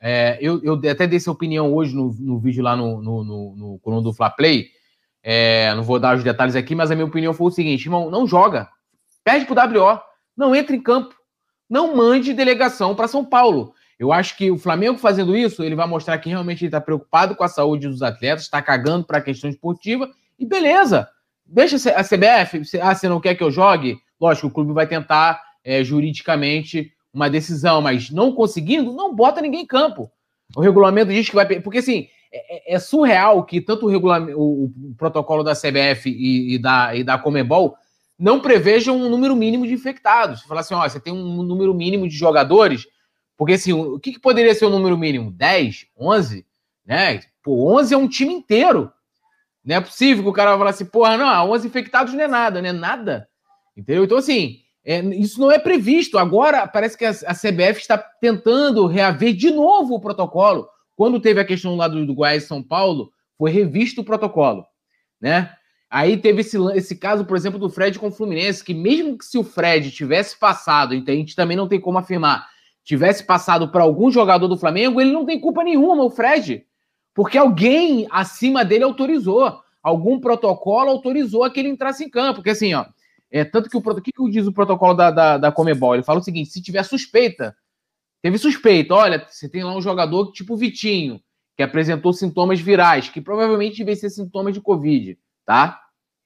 É, eu, eu até dei essa opinião hoje no, no vídeo lá no, no, no, no coluna do Fla Play. É, não vou dar os detalhes aqui, mas a minha opinião foi o seguinte, irmão, não joga. Perde pro W O. Não entra em campo. Não mande delegação para São Paulo. Eu acho que o Flamengo fazendo isso, ele vai mostrar que realmente ele está preocupado com a saúde dos atletas, está cagando para a questão esportiva, e beleza. Deixa a C B F, ah, você não quer que eu jogue? Lógico, o clube vai tentar é, juridicamente uma decisão, mas não conseguindo, não bota ninguém em campo. O regulamento diz que vai... Porque, assim, é, é surreal que tanto o, regulamento, o, o protocolo da C B F e, e, da, e da Conmebol não prevejam um número mínimo de infectados. Você fala assim, ó, você tem um número mínimo de jogadores, porque, assim, o que, que poderia ser o número mínimo? dez? onze? Né? Pô, onze é um time inteiro. Não é possível que o cara vai falar assim, porra, não, onze infectados não é nada, não é nada. Entendeu? Então, assim, é, isso não é previsto. Agora, parece que a, a C B F está tentando reaver de novo o protocolo. Quando teve a questão lá do, do Goiás e São Paulo, foi revisto o protocolo, né? Aí teve esse, esse caso, por exemplo, do Fred com o Fluminense, que mesmo que se o Fred tivesse passado, então a gente também não tem como afirmar, tivesse passado para algum jogador do Flamengo, ele não tem culpa nenhuma, o Fred. Porque alguém acima dele autorizou. Algum protocolo autorizou que ele entrasse em campo. Porque assim, ó, é, tanto que o, o que, que diz o protocolo da, da, da Conmebol? Ele fala o seguinte, se tiver suspeita, teve suspeita, olha, você tem lá um jogador tipo o Vitinho, que apresentou sintomas virais, que provavelmente devem ser sintomas de Covid, tá?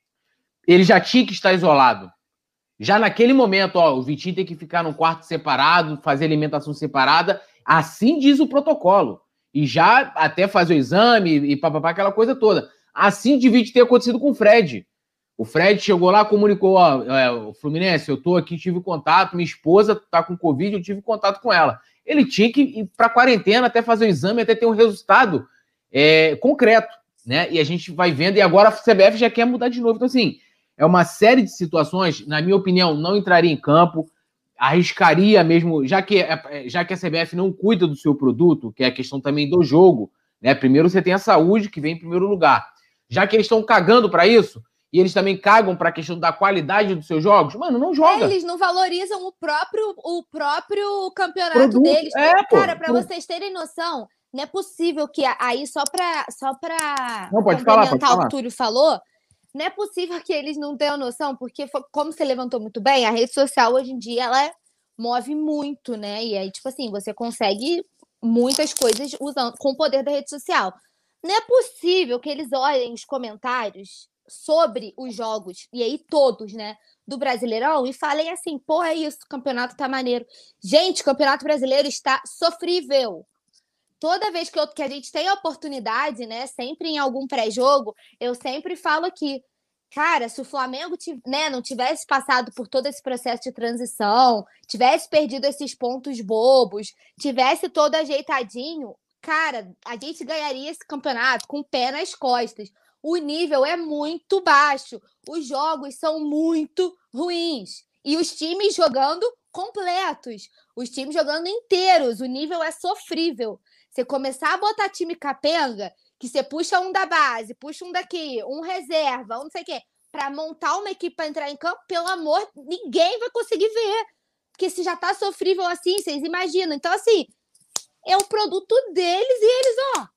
Ele já tinha que estar isolado. Já naquele momento, ó, o Vitinho tem que ficar num quarto separado, fazer alimentação separada, assim diz o protocolo. E já até fazer o exame e papapá, aquela coisa toda. Assim devia ter acontecido com o Fred. O Fred chegou lá, comunicou, ó, é, o Fluminense, eu tô aqui, tive contato, minha esposa tá com Covid, eu tive contato com ela. Ele tinha que ir pra quarentena, até fazer o exame, até ter um resultado é, concreto, né? E a gente vai vendo, e agora a C B F já quer mudar de novo. Então, assim, é uma série de situações, na minha opinião, não entraria em campo, arriscaria mesmo, já que, já que a C B F não cuida do seu produto, que é a questão também do jogo, né? Primeiro você tem a saúde, que vem em primeiro lugar. Já que eles estão cagando para isso, e eles também cagam para a questão da qualidade dos seus jogos, mano, não joga. Eles não valorizam o próprio, o próprio campeonato Produto, deles. é, Cara, para pô. vocês terem noção, não é possível que aí, só para só pra não, pode falar, pode falar. o que o Túlio falou, não é possível que eles não tenham noção, porque, como você levantou muito bem, a rede social hoje em dia, ela move muito, né? E aí, tipo assim, você consegue muitas coisas usando com o poder da rede social. Não é possível que eles olhem os comentários sobre os jogos, e aí todos, né, do Brasileirão, e falem assim, pô, é isso, o campeonato tá maneiro. Gente, o Campeonato Brasileiro está sofrível. Toda vez que, eu, que a gente tem a oportunidade, né, sempre em algum pré-jogo, eu sempre falo aqui, cara, se o Flamengo, né, não tivesse passado por todo esse processo de transição, tivesse perdido esses pontos bobos, tivesse todo ajeitadinho, cara, a gente ganharia esse campeonato com o pé nas costas. O nível é muito baixo, os jogos são muito ruins e os times jogando completos, os times jogando inteiros, o nível é sofrível. Você começar a botar time capenga, que você puxa um da base, puxa um daqui, um reserva, um não sei o quê, para montar uma equipe para entrar em campo, pelo amor, ninguém vai conseguir ver. Porque se já tá sofrível assim, vocês imaginam. Então, assim, é o produto deles e eles, ó,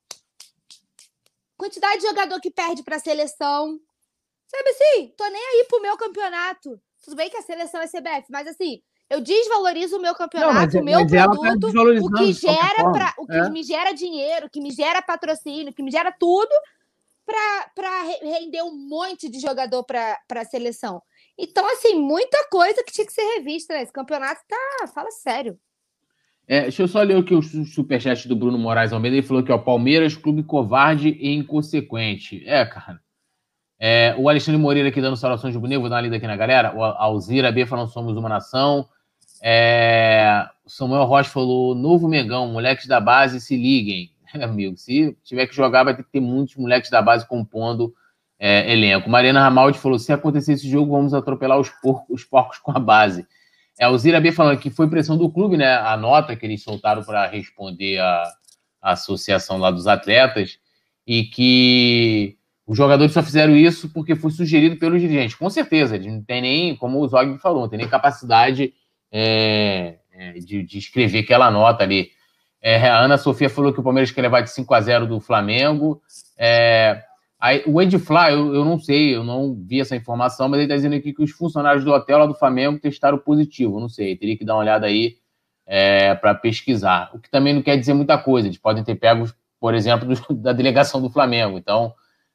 quantidade de jogador que perde para a seleção. Sabe assim, tô nem aí pro meu campeonato. Tudo bem que a seleção é C B F, mas assim, eu desvalorizo o meu campeonato, não, mas, o meu produto, tá o que gera pra, o que é. me gera dinheiro, o que me gera patrocínio, o que me gera tudo para render um monte de jogador para a seleção. Então, assim, muita coisa que tinha que ser revista, né? Esse campeonato tá... Fala sério. É, deixa eu só ler aqui o superchat do Bruno Moraes Almeida. Ele falou que, ó, Palmeiras, clube covarde e inconsequente. É, cara. É, o Alexandre Moreira aqui dando saudações de bonito. Vou dar uma lida aqui na galera. O Alzira B falando somos uma nação. É, Samuel Rocha falou novo Mengão, moleques da base se liguem. Amigo, se tiver que jogar vai ter que ter muitos moleques da base compondo é, elenco. Mariana Ramaldi falou, se acontecer esse jogo vamos atropelar os porcos, os porcos com a base. É, o Zira B falando que foi pressão do clube, né? A nota que eles soltaram para responder a, a associação lá dos atletas e que os jogadores só fizeram isso porque foi sugerido pelos dirigentes. Com certeza, eles não tem nem, como o Zog falou, não tem nem capacidade é, é, de, de escrever aquela nota ali. É, a Ana Sofia falou que o Palmeiras quer levar de cinco a zero do Flamengo. É, aí, o Ed Flá, eu, eu não sei, eu não vi essa informação, mas ele está dizendo aqui que os funcionários do hotel lá do Flamengo testaram positivo. Eu não sei, teria que dar uma olhada aí é, para pesquisar. O que também não quer dizer muita coisa. Eles podem ter pego, por exemplo, do, da delegação do Flamengo. Então,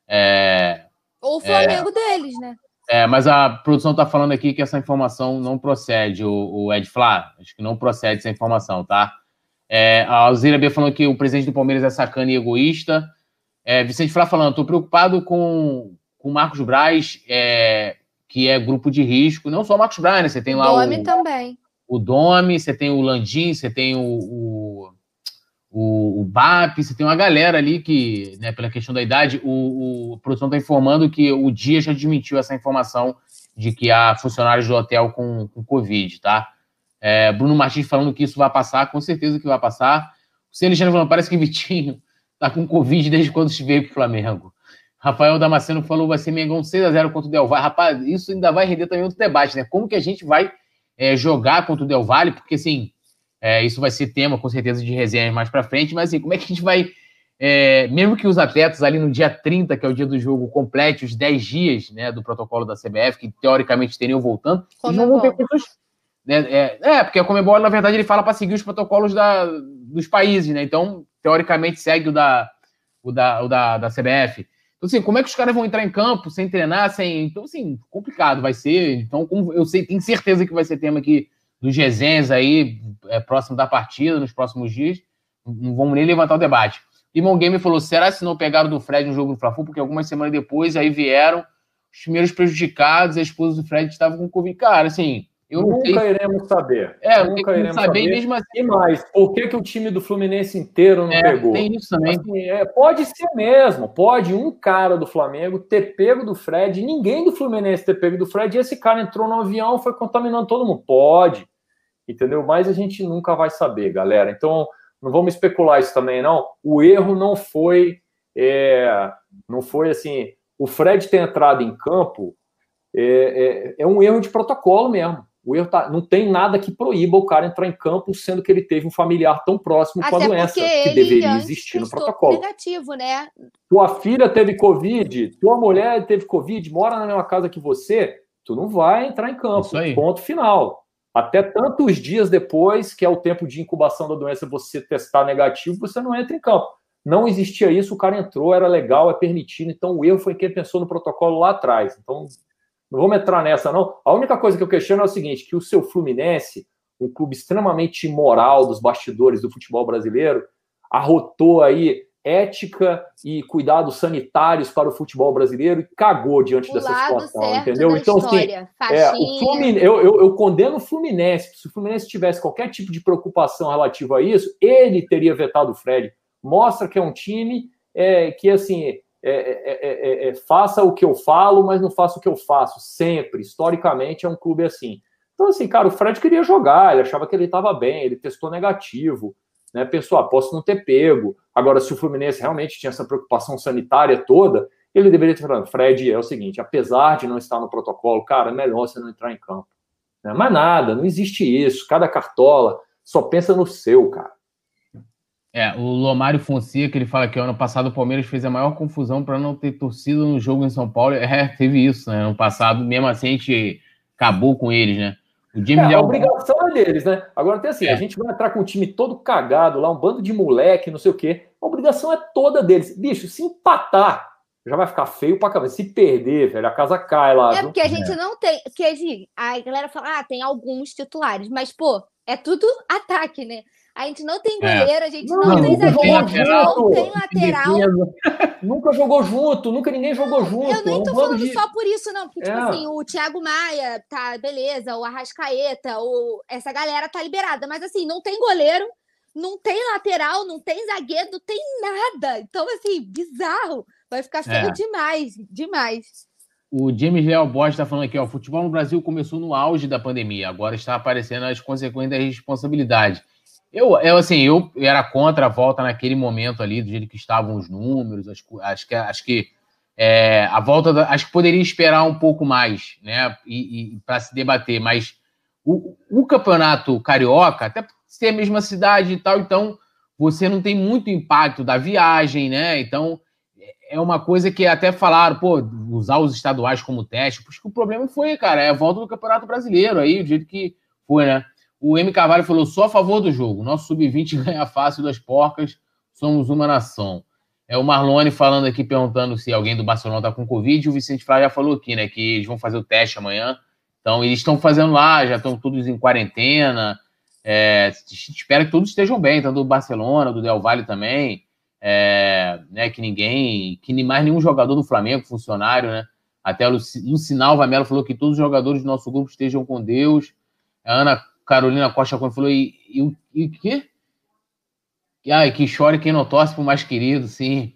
é, Ou o Flamengo é, deles, né? É, mas a produção está falando aqui que essa informação não procede, o, o Ed Flá. Acho que não procede essa informação, tá? É, a Alzira B falando que o presidente do Palmeiras é sacana e egoísta. É, Vicente Flá falando, estou preocupado com o Marcos Braz, é, que é grupo de risco. Não só o Marcos Braz, né? Você tem lá o... Domi também. O Domi, você tem o Landim, você tem o, o, o, o B A P, você tem uma galera ali que, né, pela questão da idade, o, o, a produção está informando que o Dia já desmentiu essa informação de que há funcionários do hotel com, com Covid, tá? É, Bruno Martins falando que isso vai passar, com certeza que vai passar. O C. Alexandre falando, parece que Vitinho tá com Covid desde quando veio pro Flamengo. Rafael Damasceno falou, vai ser Mengão seis a zero contra o Del Valle. Rapaz, isso ainda vai render também outro debate, né? Como que a gente vai é, jogar contra o Del Valle? Porque, assim, é, isso vai ser tema, com certeza, de resenhas mais pra frente, mas, assim, como é que a gente vai... É, mesmo que os atletas ali no dia trinta, que é o dia do jogo, complete os dez dias, né, do protocolo da C B F, que teoricamente teriam voltando, eles não vão ter condições... É, é, é, porque a Conmebol, na verdade, ele fala para seguir os protocolos da, dos países, né? Então, teoricamente, segue o da, o da, o da, da C B F. Então, assim, como é que os caras vão entrar em campo sem treinar, sem... Então, assim, complicado vai ser. Então, como eu sei, tenho certeza que vai ser tema aqui dos resenhas aí, é, próximo da partida, nos próximos dias. Não vamos nem levantar o debate. Limon Game falou, será se não pegaram do Fred no jogo do Fla-Flu? Porque algumas semanas depois, aí vieram os primeiros prejudicados, a esposa do Fred estava com Covid. Cara, assim... Eu Nunca sei. iremos saber. É, Nunca iremos saber, saber. Mesmo assim. E mais, por que, que o time do Fluminense inteiro não é, pegou? Tem isso também. Assim, é, pode ser mesmo. Pode um cara do Flamengo ter pego do Fred, ninguém do Fluminense ter pego do Fred, e esse cara entrou no avião e foi contaminando todo mundo. Pode. Entendeu? Mas a gente nunca vai saber, galera. Então, não vamos especular isso também, não. O erro não foi... É, não foi assim... O Fred ter entrado em campo é, é, é um erro de protocolo mesmo. O erro tá, não tem nada que proíba o cara entrar em campo, sendo que ele teve um familiar tão próximo Até com a doença, que deveria existir no protocolo. Negativo, né? Tua filha teve Covid, tua mulher teve Covid, mora na mesma casa que você, tu não vai entrar em campo. Ponto final. Até tantos dias depois, que é o tempo de incubação da doença, você testar negativo, você não entra em campo. Não existia isso, o cara entrou, era legal, é permitido. Então, o erro foi quem pensou no protocolo lá atrás. Então, não vamos entrar nessa, não. A única coisa que eu questiono é o seguinte, que o seu Fluminense, um clube extremamente imoral dos bastidores do futebol brasileiro, arrotou aí ética e cuidados sanitários para o futebol brasileiro e cagou diante o dessa lado situação, certo entendeu? da Então, história. assim, é, o Fluminense, eu, eu, eu condeno o Fluminense. Se o Fluminense tivesse qualquer tipo de preocupação relativa a isso, ele teria vetado o Fred. Mostra que é um time é, que, assim... É, é, é, é, faça o que eu falo, mas não faça o que eu faço, sempre, historicamente é um clube assim. Então assim, cara, o Fred queria jogar, ele achava que ele estava bem, ele testou negativo, né? Pensou, ah, posso não ter pego. Agora, se o Fluminense realmente tinha essa preocupação sanitária toda, ele deveria ter falado, Fred, é o seguinte, apesar de não estar no protocolo, cara, é melhor você não entrar em campo, né? Mas nada, não existe isso, cada cartola só pensa no seu, cara. É, o Lomário Fonseca, ele fala que ano passado o Palmeiras fez a maior confusão para não ter torcida no jogo em São Paulo. É, teve isso, né? Ano passado, mesmo assim, a gente acabou com eles, né? O James é, a obrigação é deles, né? Agora tem assim, é. a gente vai entrar com o time todo cagado lá, um bando de moleque, não sei o quê. A obrigação é toda deles. Bicho, se empatar, já vai ficar feio pra cabeça. Se perder, velho, a casa cai lá. É viu? Porque a gente é. não tem... Porque assim, a galera fala, ah, tem alguns titulares. Mas, pô, é tudo ataque, né? A gente não tem goleiro, é. a gente não, não tem zagueiro, não tem lateral. Nunca jogou junto, nunca ninguém jogou junto. Eu nem tô um falando de... só por isso, não. Porque, tipo é. assim, o Thiago Maia, tá, beleza, o Arrascaeta, o... essa galera tá liberada. Mas, assim, não tem goleiro, não tem lateral, não tem zagueiro, não tem nada. Então, assim, bizarro. Vai ficar feio é. demais, demais. O James Leal Borges está falando aqui, ó, o futebol no Brasil começou no auge da pandemia, agora está aparecendo as consequências da responsabilidade. Eu, eu, assim, eu era contra a volta naquele momento ali, do jeito que estavam os números, acho, acho que, acho que é, a volta, da, acho que poderia esperar um pouco mais, né, e, e para se debater, mas o, o campeonato carioca, até por ser a mesma cidade e tal, então você não tem muito impacto da viagem, né? Então, é uma coisa que até falaram, pô, usar os estaduais como teste, porque o problema foi, cara, é a volta do Campeonato Brasileiro, aí, do jeito que foi, né? O M. Carvalho falou, só a favor do jogo, nosso sub vinte ganha fácil das porcas, somos uma nação. É o Marlone falando aqui, perguntando se alguém do Barcelona tá com Covid, e o Vicente Flávio já falou aqui, né, que eles vão fazer o teste amanhã, então eles estão fazendo lá, já estão todos em quarentena, é, espero que todos estejam bem, tanto do Barcelona, do Del Valle também, é, né, que ninguém, que nem mais nenhum jogador do Flamengo, funcionário, né, até o Lucinal Vamelo falou que todos os jogadores do nosso grupo estejam com Deus, a Ana Carolina Costa falou, e o quê? Ai, que chore quem não torce pro mais querido, sim.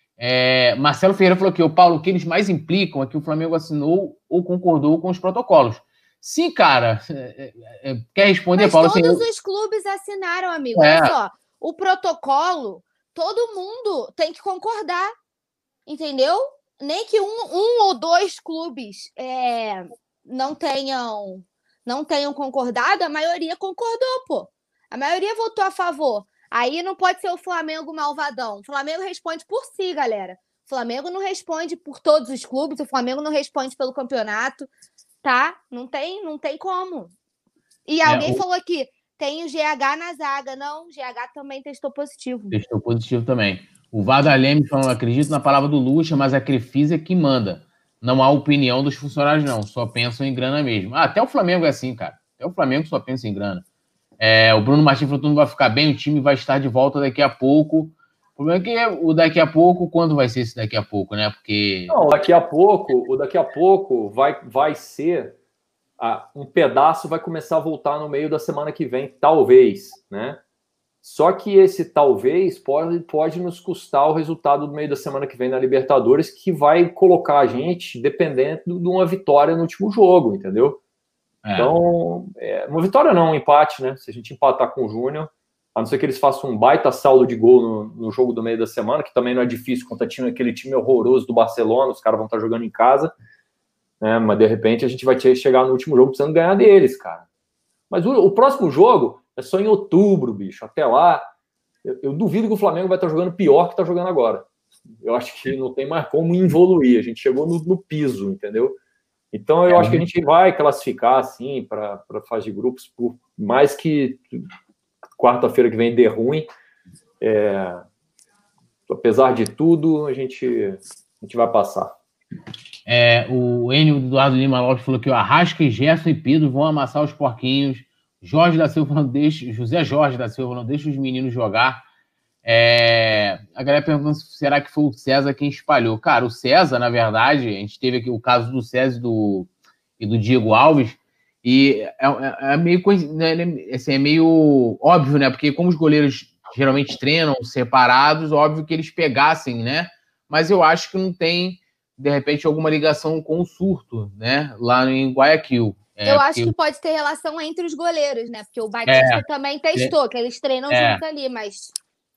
É, Marcelo Ferreira falou que o Paulo, o que eles mais implicam é que o Flamengo assinou ou concordou com os protocolos. Sim, cara. É, é, quer responder, Mas Paulo? todos assim, os clubes assinaram, amigo. É. Olha só, o protocolo, todo mundo tem que concordar, entendeu? Nem que um, um ou dois clubes é, não tenham não tenham concordado, a maioria concordou, pô. A maioria votou a favor. Aí não pode ser o Flamengo malvadão. O Flamengo responde por si, galera. O Flamengo não responde por todos os clubes, o Flamengo não responde pelo campeonato, tá? Não tem, não tem como. E alguém é, o... falou aqui, tem o G H na zaga. Não, o G H também testou positivo. Testou positivo também. O Vada Leme falou, acredito na palavra do Lucha, mas a Crefisa é que manda. Não há opinião dos funcionários, não. Só pensam em grana mesmo. Ah, até o Flamengo é assim, cara. Até o Flamengo só pensa em grana. É, o Bruno Martins falou que tudo vai ficar bem, o time vai estar de volta daqui a pouco. O problema é que o daqui a pouco, quando vai ser esse daqui a pouco, né? Porque... Não, daqui a pouco, o daqui a pouco vai, vai ser... Ah, um pedaço vai começar a voltar no meio da semana que vem, talvez, né? Só que esse talvez pode, pode nos custar o resultado do meio da semana que vem na Libertadores, que vai colocar a gente dependendo de uma vitória no último jogo, entendeu? É. Então, é, uma vitória não, um empate, né? Se a gente empatar com o Júnior, a não ser que eles façam um baita saldo de gol no, no jogo do meio da semana, que também não é difícil contra time, aquele time horroroso do Barcelona, os caras vão estar jogando em casa, né? Mas de repente a gente vai ter, chegar no último jogo precisando ganhar deles, cara. Mas o, o próximo jogo é só em outubro, bicho. Até lá, eu, eu duvido que o Flamengo vai estar jogando pior que está jogando agora. Eu acho que não tem mais como evoluir. A gente chegou no, no piso, entendeu? Então, eu é, acho que a gente vai classificar, assim, para a fase de grupos, por mais que quarta-feira que vem dê ruim. É, apesar de tudo, a gente, a gente vai passar. É, o Enio Eduardo Lima Lopes falou que o Arrasca, Gerson e Pedro vão amassar os porquinhos. Jorge da Silva não deixa, José Jorge da Silva não deixa os meninos jogar. É, a galera perguntando se será que foi o César quem espalhou. Cara, o César, na verdade, a gente teve aqui o caso do César e do, e do Diego Alves, e é, é, é, meio, assim, é meio óbvio, né? Porque como os goleiros geralmente treinam separados, óbvio que eles pegassem, né? Mas eu acho que não tem, de repente, alguma ligação com o surto, né? Lá em Guayaquil. É, eu acho que pode ter relação entre os goleiros, né? Porque o Batista é, também testou, que eles treinam é. juntos ali, mas...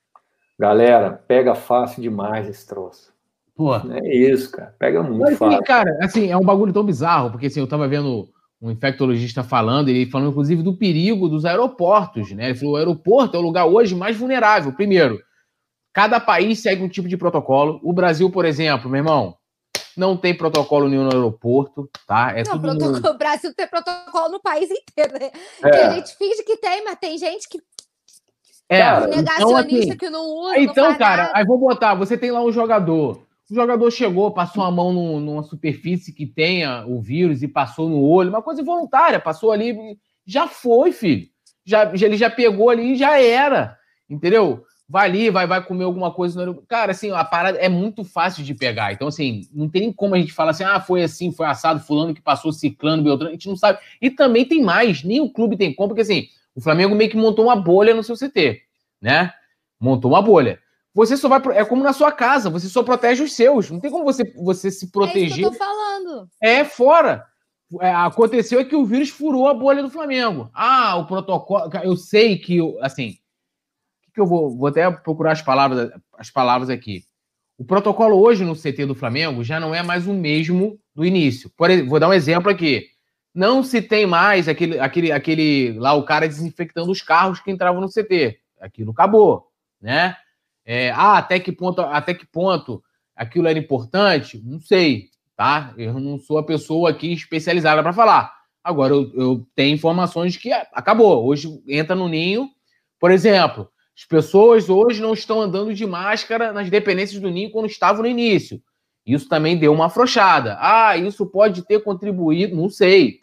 Galera, pega fácil demais esse troço. Pô. É isso, cara. Pega muito mas, fácil. Cara, assim, é um bagulho tão bizarro, porque assim, eu tava vendo um infectologista falando, ele falando, inclusive, do perigo dos aeroportos, né? Ele falou, o aeroporto é o lugar hoje mais vulnerável. Primeiro, cada país segue um tipo de protocolo. O Brasil, por exemplo, meu irmão, não tem protocolo nenhum no aeroporto, tá? É não, tudo protocolo, no... o Brasil tem protocolo no país inteiro, né? É. Que a gente finge que tem, mas tem gente que... É, um negacionista então, assim, que não usa, então, não cara, nada. Aí vou botar, você tem lá um jogador. O jogador chegou, passou a mão no, numa superfície que tenha o vírus e passou no olho, uma coisa involuntária, passou ali, já foi, filho. Já, ele já pegou ali e já era, entendeu? Vai ali, vai, vai comer alguma coisa. No... Cara, assim, a parada é muito fácil de pegar. Então, assim, não tem nem como a gente falar assim, ah, foi assim, foi assado, fulano que passou, ciclano, beltrano, a gente não sabe. E também tem mais, nem o clube tem como, porque assim, o Flamengo meio que montou uma bolha no seu C T, né? Montou uma bolha. Você só vai... É como na sua casa, você só protege os seus. Não tem como você, você se proteger. É isso que eu tô falando. É, fora. É, aconteceu é que o vírus furou a bolha do Flamengo. Ah, o protocolo... Eu sei que, assim... que eu vou, vou até procurar as palavras, as palavras aqui. O protocolo hoje no C T do Flamengo já não é mais o mesmo do início. Por exemplo, vou dar um exemplo aqui. Não se tem mais aquele, aquele, aquele lá o cara desinfectando os carros que entravam no C T. Aquilo acabou. né? É, ah, até que ponto, até que ponto aquilo era importante? Não sei, tá? Eu não sou a pessoa aqui especializada para falar. Agora, eu, eu tenho informações que acabou. Hoje entra no ninho, por exemplo, as pessoas hoje não estão andando de máscara nas dependências do ninho quando estavam no início. Isso também deu uma afrouxada. Ah, isso pode ter contribuído, não sei.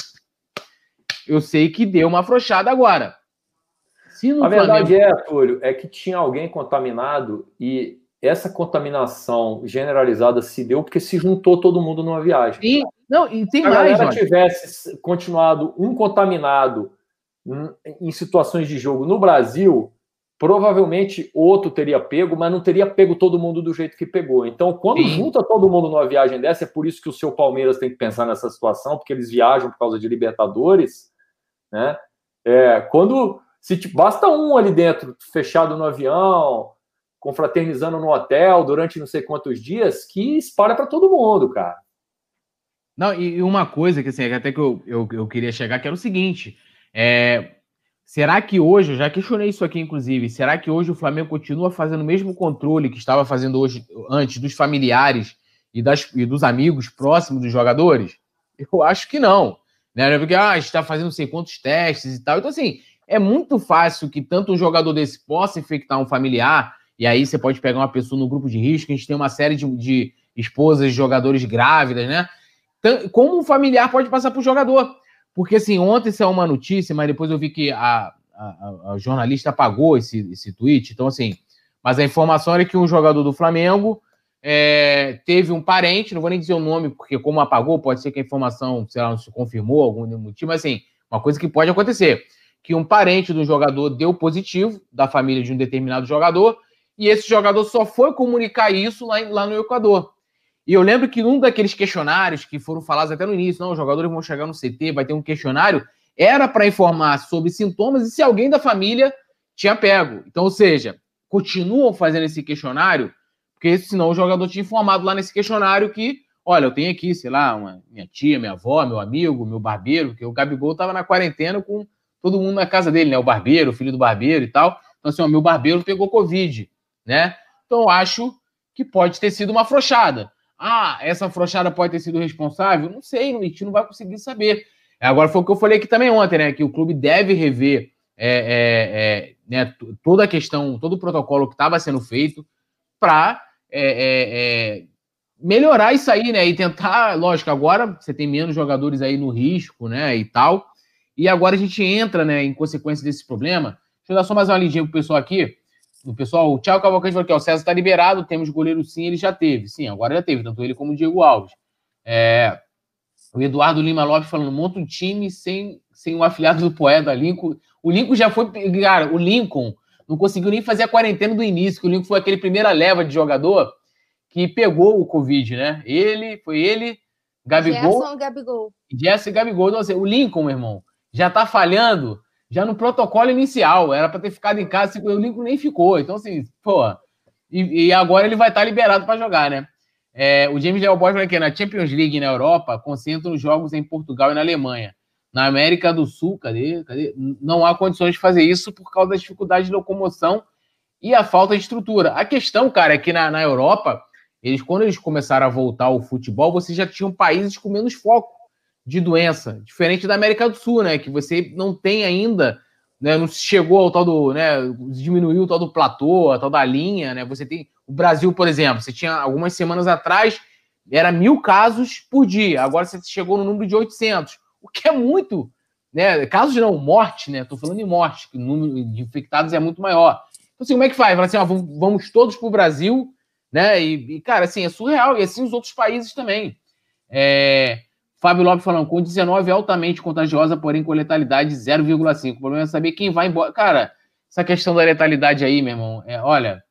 Eu sei que deu uma afrouxada agora. Se no a verdade Flamengo... é, Túlio, é que tinha alguém contaminado e essa contaminação generalizada se deu porque se juntou todo mundo numa viagem. E, não, e tem se a mais, galera olha. tivesse continuado um contaminado em situações de jogo no Brasil, provavelmente outro teria pego, mas não teria pego todo mundo do jeito que pegou. Então, quando Sim. junta todo mundo numa viagem dessa, é por isso que o seu Palmeiras tem que pensar nessa situação, porque eles viajam por causa de Libertadores, né? É, quando se tipo, basta um ali dentro, fechado no avião, confraternizando no hotel durante não sei quantos dias, que espalha para todo mundo, cara. Não, e uma coisa que assim, até que eu, eu, eu queria chegar, que era o seguinte, é... será que hoje, eu já questionei isso aqui, inclusive, será que hoje o Flamengo continua fazendo o mesmo controle que estava fazendo hoje, antes dos familiares e, das, e dos amigos próximos dos jogadores? Eu acho que não. Né? Porque ah, a gente está fazendo não sei quantos testes e tal. Então, assim, é muito fácil que tanto um jogador desse possa infectar um familiar, e aí você pode pegar uma pessoa no grupo de risco, a gente tem uma série de, de esposas de jogadores grávidas, né? Como um familiar pode passar para o jogador? Porque, assim, ontem saiu uma notícia, mas depois eu vi que a, a, a jornalista apagou esse, esse tweet. Então, assim, mas a informação era que um jogador do Flamengo é, teve um parente, não vou nem dizer o nome, porque como apagou, pode ser que a informação, sei lá, não se confirmou, algum motivo, mas, assim, uma coisa que pode acontecer, que um parente do jogador deu positivo, da família de um determinado jogador, e esse jogador só foi comunicar isso lá, lá no Equador. E eu lembro que um daqueles questionários que foram falados até no início, não, os jogadores vão chegar no C T, vai ter um questionário, era para informar sobre sintomas e se alguém da família tinha pego. Então, ou seja, continuam fazendo esse questionário, porque senão o jogador tinha informado lá nesse questionário que, olha, eu tenho aqui, sei lá, uma, minha tia, minha avó, meu amigo, meu barbeiro, porque o Gabigol estava na quarentena com todo mundo na casa dele, né? O barbeiro, o filho do barbeiro e tal. Então, assim, ó, meu barbeiro pegou Covid, né? Então, eu acho que pode ter sido uma afrouxada. Ah, essa afrouxada pode ter sido responsável? Não sei, a gente não vai conseguir saber. Agora, foi o que eu falei aqui também ontem, né? Que o clube deve rever é, é, é, né, toda a questão, todo o protocolo que estava sendo feito para é, é, é, melhorar isso aí, né? E tentar, lógico, agora você tem menos jogadores aí no risco, né? E tal. E agora a gente entra, né, em consequência desse problema. Deixa eu dar só mais uma lidinha pro pessoal aqui. O pessoal, o Thiago Cavalcante falou que o César está liberado, temos goleiro sim, ele já teve. Sim, agora já teve, tanto ele como o Diego Alves. É, o Eduardo Lima Lopes falando, monta um time sem, sem um afiliado do Poeta, Lincoln. O Lincoln já foi, cara, o Lincoln não conseguiu nem fazer a quarentena do início, que o Lincoln foi aquele primeira leva de jogador que pegou o Covid, né? Ele, foi ele, Gabigol. Gerson e Gabigol. Gerson e Gabigol. Então, assim, o Lincoln, meu irmão, já tá falhando já no protocolo inicial, era para ter ficado em casa, o Lincoln nem ficou. Então, assim, pô, e, e agora ele vai estar liberado para jogar, né? É, o James Leal Boy falou que na Champions League na Europa concentram os jogos em Portugal e na Alemanha. Na América do Sul, cadê? cadê? Não há condições de fazer isso por causa da dificuldade de locomoção e a falta de estrutura. A questão, cara, é que na, na Europa, eles, quando eles começaram a voltar ao futebol, vocês já tinham países com menos foco de doença, diferente da América do Sul, né? Que você não tem ainda, né? Não chegou ao tal do, né? Diminuiu o tal do platô, a tal da linha, né? Você tem o Brasil, por exemplo, você tinha algumas semanas atrás era mil casos por dia, agora você chegou no número de oitocentos, o que é muito, né? Casos não, morte, né? Tô falando de morte, que o número de infectados é muito maior. Então, assim, como é que faz? Fala assim, ó, vamos, vamos todos pro Brasil, né? E, e, cara, assim, é surreal, e assim os outros países também. É... Fábio Lopes falando, com dezenove altamente contagiosa, porém com letalidade zero vírgula cinco. O problema é saber quem vai embora. Cara, essa questão da letalidade aí, meu irmão, é, olha,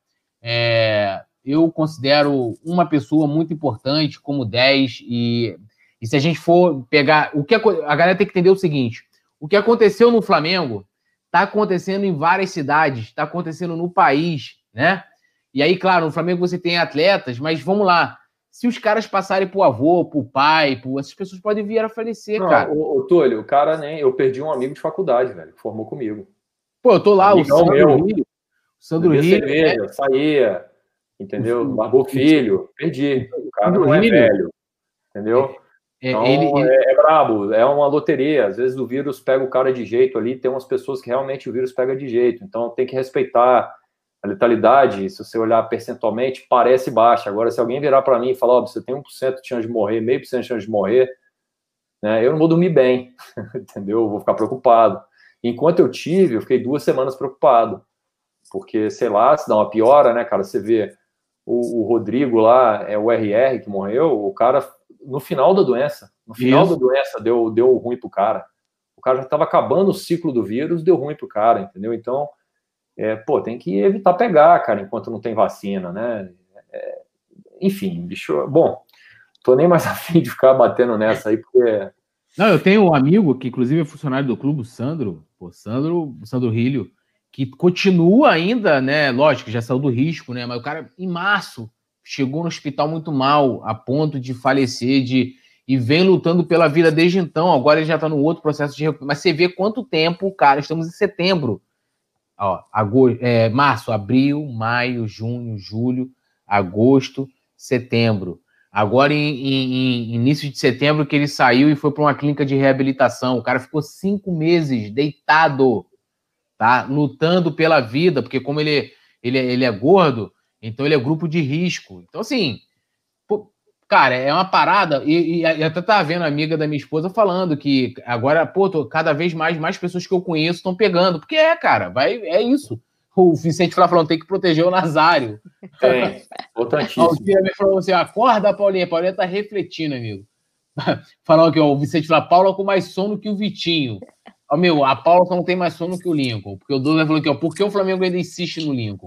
é, eu considero uma pessoa muito importante como dez, e, e se a gente for pegar... O que a, a galera tem que entender o seguinte, o que aconteceu no Flamengo está acontecendo em várias cidades, está acontecendo no país, né? E aí, claro, no Flamengo você tem atletas, mas vamos lá, se os caras passarem pro avô, pro pai, pro... essas pessoas podem vir a falecer, não, cara. O, o Túlio, o cara, nem... Eu perdi um amigo de faculdade, velho, que formou comigo. Pô, eu tô lá, Amigão o Sandro meu. Rio. O Sandro Rio, cerveja, é... saía, entendeu? Largou o filho, perdi. O cara não é velho, entendeu? É, então, ele, ele... É, é brabo, é uma loteria. Às vezes o vírus pega o cara de jeito ali, tem umas pessoas que realmente o vírus pega de jeito. Então, tem que respeitar a letalidade. Se você olhar percentualmente, parece baixa. Agora, se alguém virar para mim e falar, ó, oh, você tem um por cento de chance de morrer, meio por cento de chance de morrer, né, eu não vou dormir bem, entendeu? Eu vou ficar preocupado. Enquanto eu tive, eu fiquei duas semanas preocupado. Porque, sei lá, se dá uma piora, né, cara? Você vê o, o Rodrigo lá, é o R R que morreu, o cara... no final da doença, no final Isso. da doença deu, deu ruim pro cara. O cara já estava acabando o ciclo do vírus, deu ruim pro cara, entendeu? Então, é, pô, tem que evitar pegar, cara, enquanto não tem vacina, né? É, enfim, bicho, bom, tô nem mais afim de ficar batendo nessa aí, porque... Não, eu tenho um amigo que, inclusive, é funcionário do clube, o Sandro, pô, Sandro, Sandro Rilho, que continua ainda, né, lógico, já saiu do risco, né, mas o cara, em março, chegou no hospital muito mal, a ponto de falecer, de, e vem lutando pela vida desde então. Agora ele já está no outro processo de recuperação. Mas você vê quanto tempo, cara, estamos em setembro. Ó, agosto, é, março, abril, maio, junho, julho, agosto, setembro. Agora, em, em, em início de setembro, que ele saiu e foi para uma clínica de reabilitação. O cara ficou cinco meses deitado, tá? Lutando pela vida, porque como ele, ele, ele é gordo, então ele é grupo de risco. Então, assim, pô, cara, é uma parada. E, e, e até tava vendo a amiga da minha esposa falando que agora, pô, tô, cada vez mais, mais pessoas que eu conheço estão pegando. Porque é, cara, vai, é isso. O Vicente Flá falando, tem que proteger o Nazário. Tem, importantíssimo. O Tia me falou assim, acorda, Paulinha. A Paulinha tá refletindo, amigo. Falando que ó, o Vicente Flá, Paula com mais sono que o Vitinho. Ó, meu, a Paula só não tem mais sono que o Lincoln. Porque o Douglas falou que, ó, por que o Flamengo ainda insiste no Lincoln?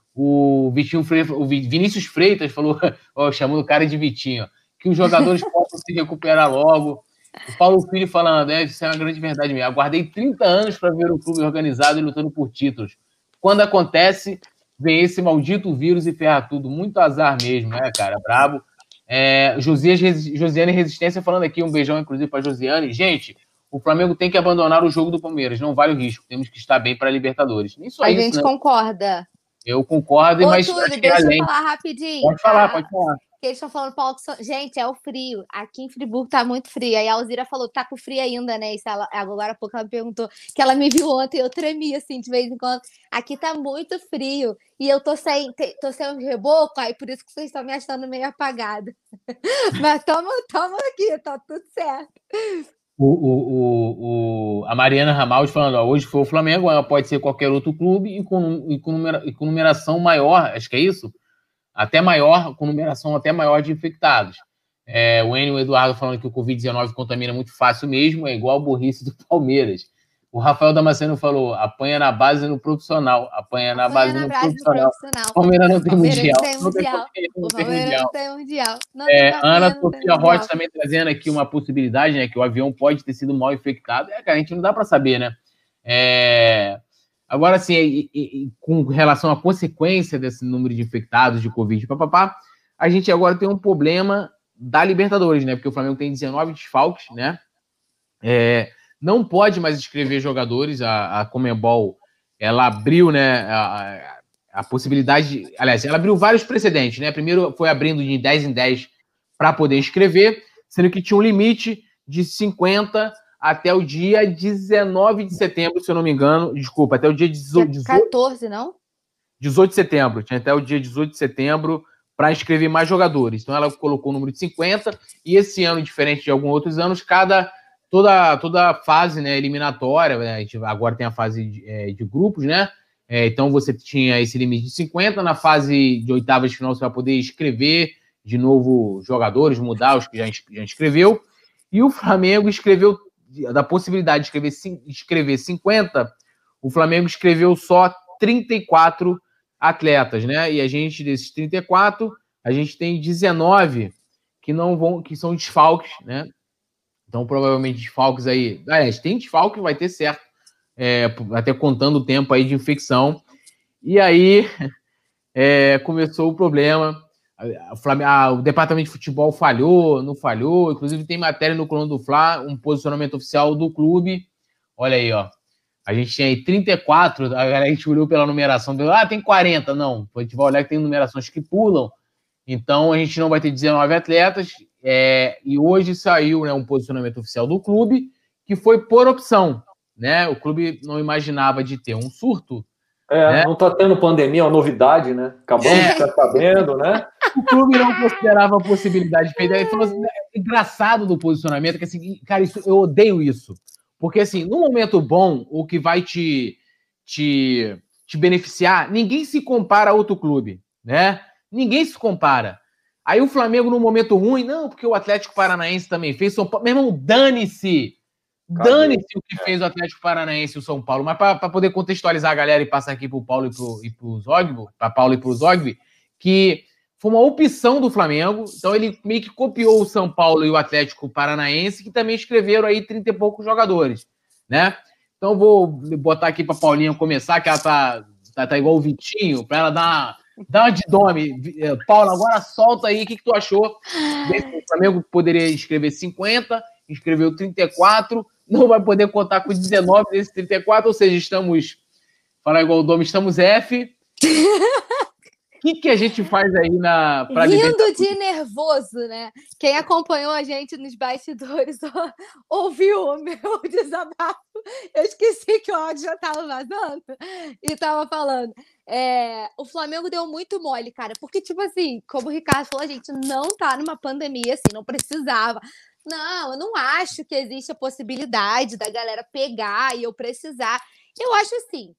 O Vitinho Freitas, o Vinícius Freitas falou, ó, chamando o cara de Vitinho, ó, que os jogadores possam se recuperar logo. O Paulo Filho falando, é, isso é uma grande verdade mesmo. Aguardei trinta anos para ver o clube organizado e lutando por títulos. Quando acontece, vem esse maldito vírus e ferra tudo. Muito azar mesmo, né, cara? Brabo. É, Josias, Josiane Resistência falando aqui, um beijão, inclusive, para Josiane. Gente, o Flamengo tem que abandonar o jogo do Palmeiras. Não vale o risco. Temos que estar bem para a Libertadores. Nem só a isso, gente né? concorda. Eu concordo, Ô, mas Túlio, deixa além. eu falar rapidinho. Pode falar, pode falar. Que eles estão falando, Paulo, que... gente, é o frio. Aqui em Friburgo tá muito frio. Aí a Alzira falou, tá com frio ainda, né? Isso ela... Agora há pouco ela me perguntou que ela me viu ontem, eu tremi assim de vez em quando. Aqui tá muito frio. E eu tô sem, tô sem um reboco, aí por isso que vocês estão me achando meio apagada. Mas tamo, tamo aqui, tá tudo certo. O, o, o, o, a Mariana Ramaldi falando, ó, hoje foi o Flamengo, pode ser qualquer outro clube e com, e, com numera, e com numeração maior, acho que é isso? Até maior, com numeração até maior de infectados. É, o Enio Eduardo falando que o covid dezenove contamina muito fácil mesmo, é igual a burrice do Palmeiras. O Rafael Damasceno falou, apanha na base no profissional, apanha na apanha base na no, base profissional. no profissional. Palmeiras não tem Palmeiras mundial. Tem mundial. Não o tem Palmeiras mundial. não tem mundial. Não É, tem Ana não Sofia tem Rocha também trazendo aqui uma possibilidade, né? Que o avião pode ter sido mal infectado. É, cara, a gente não dá para saber, né? É... Agora, assim, e, e, com relação à consequência desse número de infectados de Covid, papapá, a gente agora tem um problema da Libertadores, né? Porque o Flamengo tem dezenove desfalques, né? É, não pode mais inscrever jogadores. A, a Conmebol, ela abriu, né? A, a possibilidade, de, aliás, ela abriu vários precedentes, né? Primeiro foi abrindo de dez em dez para poder inscrever, sendo que tinha um limite de cinquenta até o dia dezenove de setembro, se eu não me engano. Desculpa, até o dia dezoito. quatorze, não? dezoito de setembro. Tinha até o dia dezoito de setembro para inscrever mais jogadores. Então ela colocou o número de cinquenta, e esse ano, diferente de alguns outros anos, cada toda, toda fase, né, eliminatória, né, a gente agora tem a fase de, é, de grupos, né? É, então você tinha esse limite de cinquenta, na fase de oitavas de final você vai poder inscrever de novo jogadores, mudar os que já, já inscreveu, e o Flamengo escreveu, da possibilidade de escrever, escrever cinquenta, o Flamengo escreveu só trinta e quatro atletas, né? E a gente, desses trinta e quatro, a gente tem dezenove que não vão, que são desfalques, né? Então, provavelmente, desfalques aí. Ah, tem desfalque, vai ter certo. É, até contando o tempo aí de infecção. E aí é, começou o problema. A Flamengo, a, o departamento de futebol falhou, não falhou. Inclusive, tem matéria no Coluna do Fla, um posicionamento oficial do clube. Olha aí, ó. A gente tinha aí trinta e quatro, a gente olhou pela numeração, deu, ah, tem quarenta. Não, a gente vai olhar que tem numerações que pulam. Então, a gente não vai ter dezenove atletas. É, e hoje saiu, né, um posicionamento oficial do clube, que foi por opção. Né? O clube não imaginava de ter um surto. É, né? Não está tendo pandemia, é uma novidade, né? Acabamos é. de ficar sabendo, né? O clube não considerava a possibilidade de perder. Ele falou assim, é engraçado do posicionamento, que assim, cara, isso, eu odeio isso. Porque, assim, no momento bom, o que vai te, te, te beneficiar, ninguém se compara a outro clube, né? Ninguém se compara. Aí o Flamengo, no momento ruim, não, porque o Atlético Paranaense também fez. São Paulo. Meu irmão, dane-se. Dane-se o que fez o Atlético Paranaense e o São Paulo. Mas para poder contextualizar a galera e passar aqui para o Paulo e para o Zogby, para Paulo e para o Zogby, que foi uma opção do Flamengo. Então ele meio que copiou o São Paulo e o Atlético Paranaense, que também escreveram aí trinta e poucos jogadores, né? Então vou botar aqui para a Paulinha começar, que ela tá, tá, tá igual o Vitinho, para ela dar uma, dar uma de nome. Paula, agora solta aí, o que, que tu achou? O Flamengo poderia escrever cinquenta, escreveu trinta e quatro, não vai poder contar com dezenove desses trinta e quatro, ou seja, estamos, falar igual o Dom, estamos F. O que, que a gente faz aí na... Rindo de nervoso, né? Quem acompanhou a gente nos bastidores ouviu o meu desabafo. Eu esqueci que o áudio já estava vazando e estava falando. É, o Flamengo deu muito mole, cara, porque, tipo assim, como o Ricardo falou, a gente não tá numa pandemia, assim, não precisava. Não, eu não acho que existe a possibilidade da galera pegar e eu precisar. Eu acho assim,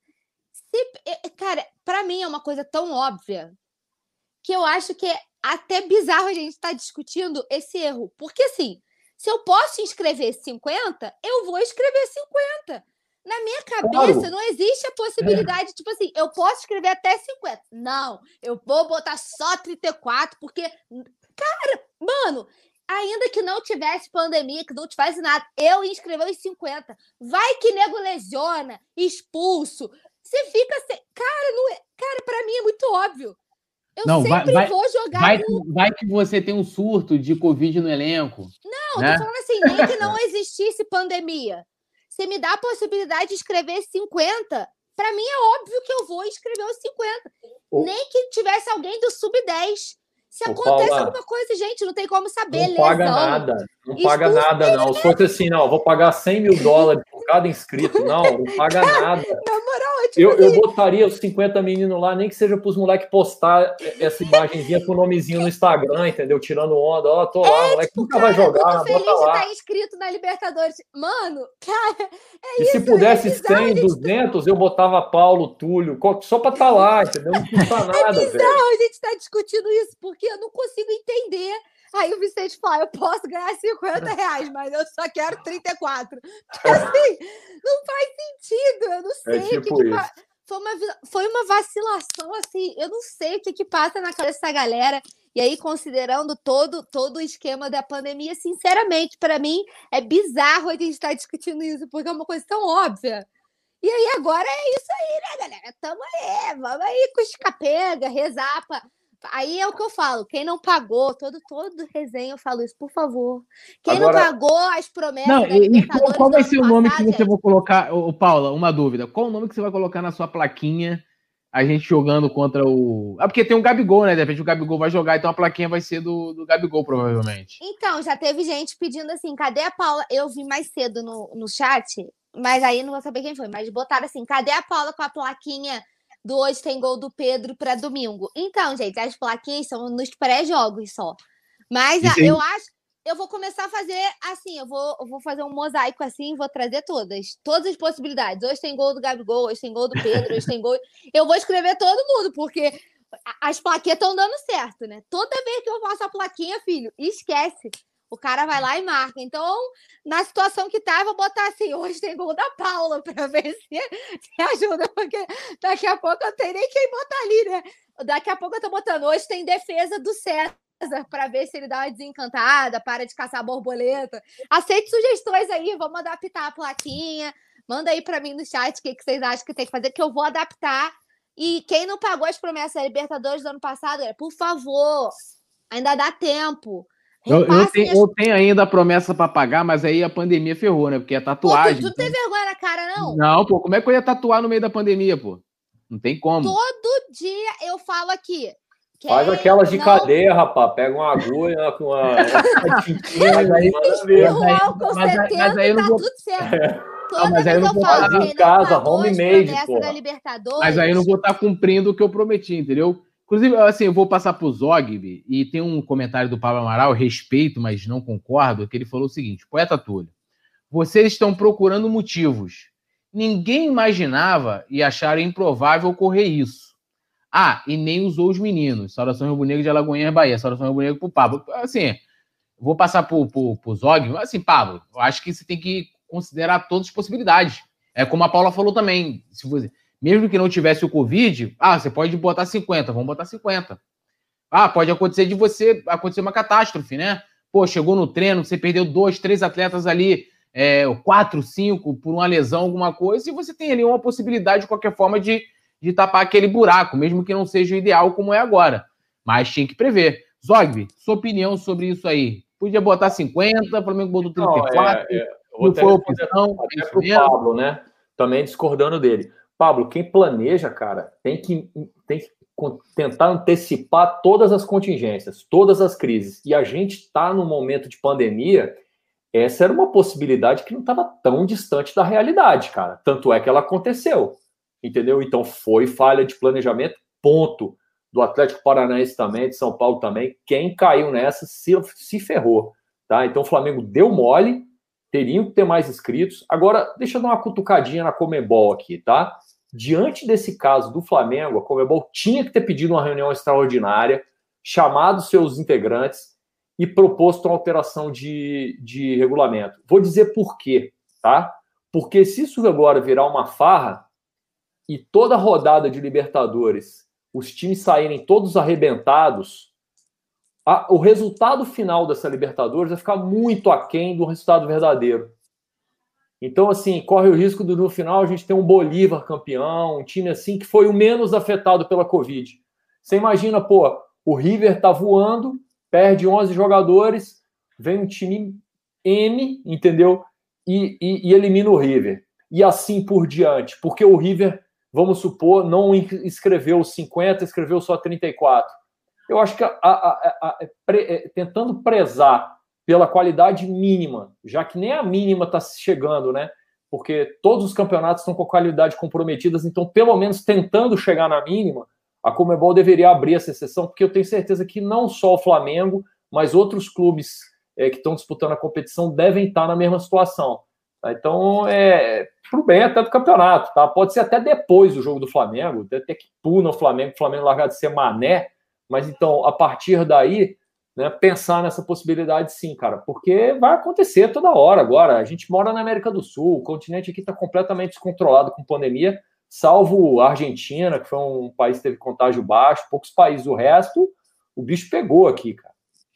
se, cara, pra mim é uma coisa tão óbvia que eu acho que é até bizarro a gente estar discutindo esse erro. Porque, assim, se eu posso escrever cinquenta, eu vou escrever cinquenta. Na minha cabeça, claro, não existe a possibilidade, é. tipo assim, eu posso escrever até cinquenta. Não, eu vou botar só trinta e quatro, porque, cara, mano, ainda que não tivesse pandemia, que não tivesse nada, eu ia escrever os cinquenta. Vai que nego lesiona, expulso. Você fica... Assim, cara, não é, cara, pra mim é muito óbvio. Eu não, sempre vai, vou jogar vai, com... vai que você tem um surto de Covid no elenco. Não, né? tô falando assim, nem que não existisse pandemia. Você me dá a possibilidade de escrever cinquenta, para mim é óbvio que eu vou escrever os cinquenta. Oh. Nem que tivesse alguém do sub dez. Se oh, acontece Paula, alguma coisa, gente, não tem como saber. Não lesão, paga nada, não paga nada, não. Se fosse assim, não, vou pagar cem mil dólares por cada inscrito. Não, não paga Cara, nada. Na moral, é tipo eu, assim... eu botaria os cinquenta meninos lá, nem que seja para os moleques postar essa imagenzinha com o nomezinho no Instagram, entendeu? Tirando onda. Ó, oh, tô lá, é, o moleque tipo, nunca cara, vai jogar, eu tô feliz bota lá. de estar inscrito na Libertadores. Mano, cara, é e isso. E se pudesse é bizarro, cem, duzentos, eu botava Paulo, Túlio, só para estar tá lá, entendeu? Não custa nada, É bizarro velho. a gente estar tá discutindo isso, porque eu não consigo entender. Aí o Vicente fala, eu posso ganhar cinquenta reais, mas eu só quero trinta e quatro. Porque assim, não faz sentido, eu não sei é tipo o que, que isso. foi, uma, foi uma vacilação, assim, eu não sei o que, que passa na cabeça dessa galera. E aí, considerando todo, todo o esquema da pandemia, sinceramente, para mim, é bizarro a gente estar discutindo isso, porque é uma coisa tão óbvia. E aí, agora é isso aí, né, galera? Tamo aí, vamos aí com os capega, rezapa. Aí é o que eu falo, quem não pagou, todo, todo resenha eu falo isso, por favor. Quem Agora... não pagou as promessas não, da e, Libertadores qual vai ser o nome passado, que você gente? vai colocar, ô, Paula, uma dúvida, qual o nome que você vai colocar na sua plaquinha, a gente jogando contra o... Ah, porque tem um Gabigol, né, de repente o Gabigol vai jogar, então a plaquinha vai ser do, do Gabigol, provavelmente. Então, já teve gente pedindo assim, cadê a Paula? Eu vi mais cedo no, no chat, mas aí não vou saber quem foi, mas botaram assim, cadê a Paula com a plaquinha do Hoje Tem Gol do Pedro para domingo? Então, gente, as plaquinhas são nos pré-jogos só. Mas a, eu acho... Eu vou começar a fazer assim, eu vou, eu vou fazer um mosaico assim, vou trazer todas. Todas as possibilidades. Hoje tem gol do Gabigol, hoje tem gol do Pedro, hoje tem gol... Eu vou escrever todo mundo, porque as plaquinhas estão dando certo, né? Toda vez que eu faço a plaquinha, filho, esquece. O cara vai lá e marca. Então, na situação que tá, eu vou botar assim, hoje tem gol da Paula, para ver se, se ajuda, porque daqui a pouco eu não tenho nem quem botar ali, né? Daqui a pouco eu tô botando, hoje tem defesa do César, para ver se ele dá uma desencantada, para de caçar borboleta. Aceite sugestões aí, vamos adaptar a plaquinha. Manda aí para mim no chat o que, que vocês acham que tem que fazer, que eu vou adaptar. E quem não pagou as promessas da Libertadores do ano passado, por favor, ainda dá tempo. Eu, eu, tenho, as... eu tenho ainda a promessa para pagar, mas aí a pandemia ferrou, né? Porque é tatuagem. Pô, tu, tu não então... tem vergonha na cara, não? Não, pô, como é que eu ia tatuar no meio da pandemia, pô? Não tem como. Todo dia eu falo aqui. Faz aquelas de não... cadeia, rapaz. Pega uma agulha com uma. mas aí, mas aí eu não vou... tudo certo. Toda mas aí eu não vou fazer em casa, homemade, pô. Mas aí eu não vou estar cumprindo o que eu prometi, entendeu? Inclusive, assim, eu vou passar pro Zogby, e tem um comentário do Pablo Amaral, respeito, mas não concordo, que ele falou o seguinte: Poeta Túlio, vocês estão procurando motivos. Ninguém imaginava e acharam improvável ocorrer isso. Ah, e nem usou os meninos. Saudação Rubro-Negro de Alagoinhas, Bahia. Saudação Rubro-Negro pro Pablo. Assim, vou passar pro, pro, pro Zogby. Assim, Pablo, eu acho que você tem que considerar todas as possibilidades. É como a Paula falou também. Se você... Mesmo que não tivesse o Covid, ah, você pode botar cinquenta, vamos botar cinquenta. Ah, pode acontecer de você, acontecer uma catástrofe, né? Pô, chegou no treino, você perdeu dois, três atletas ali, é, quatro, cinco, por uma lesão, alguma coisa, e você tem ali uma possibilidade, de qualquer forma, de, de tapar aquele buraco, mesmo que não seja o ideal como é agora. Mas tinha que prever. Zogby, sua opinião sobre isso aí? Podia botar cinquenta, o Flamengo botou trinta e quatro, não, é, é, eu vou não foi opção. Até pro Pablo, né? Também discordando dele. Pablo, quem planeja, cara, tem que, tem que tentar antecipar todas as contingências, todas as crises. E a gente está num momento de pandemia, essa era uma possibilidade que não estava tão distante da realidade, cara. Tanto é que ela aconteceu, entendeu? Então foi falha de planejamento, ponto. Do Atlético Paranaense também, de São Paulo também. Quem caiu nessa se, se ferrou, tá? Então o Flamengo deu mole, teriam que ter mais inscritos. Agora, deixa eu dar uma cutucadinha na Conmebol aqui, tá? Diante desse caso do Flamengo, a Conmebol tinha que ter pedido uma reunião extraordinária, chamado seus integrantes e proposto uma alteração de, de regulamento. Vou dizer por quê, tá? Porque se isso agora virar uma farra e toda rodada de Libertadores os times saírem todos arrebentados, a, o resultado final dessa Libertadores vai ficar muito aquém do resultado verdadeiro. Então, assim, corre o risco de, no final, a gente ter um Bolívar campeão, um time assim que foi o menos afetado pela Covid. Você imagina, pô, o River tá voando, perde onze jogadores, vem um time M, entendeu? E, e, e elimina o River. E assim por diante. Porque o River, vamos supor, não escreveu cinquenta, escreveu só trinta e quatro. Eu acho que a, a, a, a, pre, tentando prezar pela qualidade mínima, já que nem a mínima está chegando, né? Porque todos os campeonatos estão com a qualidade comprometidas, então, pelo menos tentando chegar na mínima, a Conmebol deveria abrir essa exceção, porque eu tenho certeza que não só o Flamengo, mas outros clubes é, que estão disputando a competição devem estar na mesma situação. Tá? Então, é pro bem até do campeonato, tá? Pode ser até depois do jogo do Flamengo, até que puna o Flamengo, o Flamengo largar de ser mané, mas então, a partir daí, né, pensar nessa possibilidade sim, cara, porque vai acontecer toda hora agora. A gente mora na América do Sul, o continente aqui está completamente descontrolado com pandemia, salvo a Argentina, que foi um país que teve contágio baixo, poucos países, o resto, o bicho pegou aqui, cara.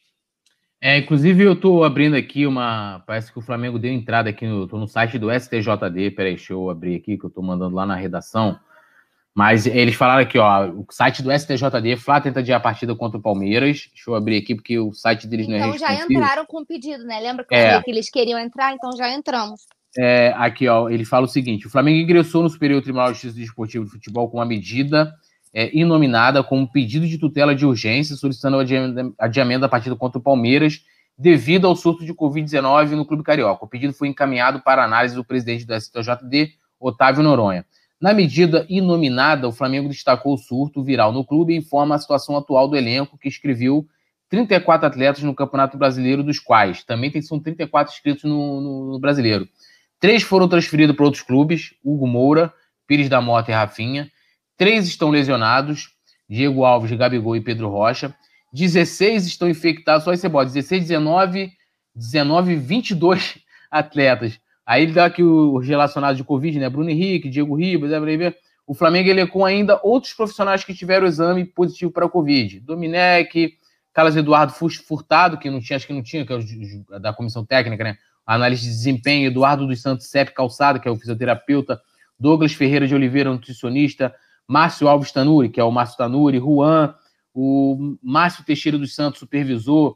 É, inclusive eu tô abrindo aqui uma, parece que o Flamengo deu entrada aqui, no, tô no site do S T J D, peraí, deixa eu abrir aqui, que eu tô mandando lá na redação. Mas eles falaram aqui, ó, o site do S T J D, Flá tenta adiar a partida contra o Palmeiras. Deixa eu abrir aqui, porque o site deles não é responsivo. Então já entraram com o pedido, né? Lembra que eu é. falei que eles queriam entrar? Então já entramos. É, aqui, ó, ele fala o seguinte: o Flamengo ingressou no Superior Tribunal de Justiça Desportiva de Futebol com uma medida é, inominada com um pedido de tutela de urgência, solicitando o adiamento, adiamento da partida contra o Palmeiras devido ao surto de covid dezenove no Clube Carioca. O pedido foi encaminhado para análise do presidente do S T J D, Otávio Noronha. Na medida inominada, o Flamengo destacou o surto viral no clube e informa a situação atual do elenco, que inscreveu trinta e quatro atletas no Campeonato Brasileiro, dos quais também tem, são trinta e quatro inscritos no, no, no Brasileiro. Três foram transferidos para outros clubes, Hugo Moura, Pires da Mota e Rafinha. Três estão lesionados, Diego Alves, Gabigol e Pedro Rocha. dezesseis estão infectados, só esse é bom, dezesseis, dezenove, dezenove, vinte e dois atletas. Aí ele dá aqui os relacionados de Covid, né? Bruno Henrique, Diego Ribas, o Flamengo elencou ainda outros profissionais que tiveram exame positivo para a Covid. Domenech, Carlos Eduardo Furtado, que não tinha, acho que não tinha, que é o da comissão técnica, né? Analista de desempenho, Eduardo dos Santos Sepp Calçada, que é o fisioterapeuta, Douglas Ferreira de Oliveira, nutricionista, Márcio Alves Tanuri, que é o Márcio Tanuri, Juan, o Márcio Teixeira dos Santos, supervisor,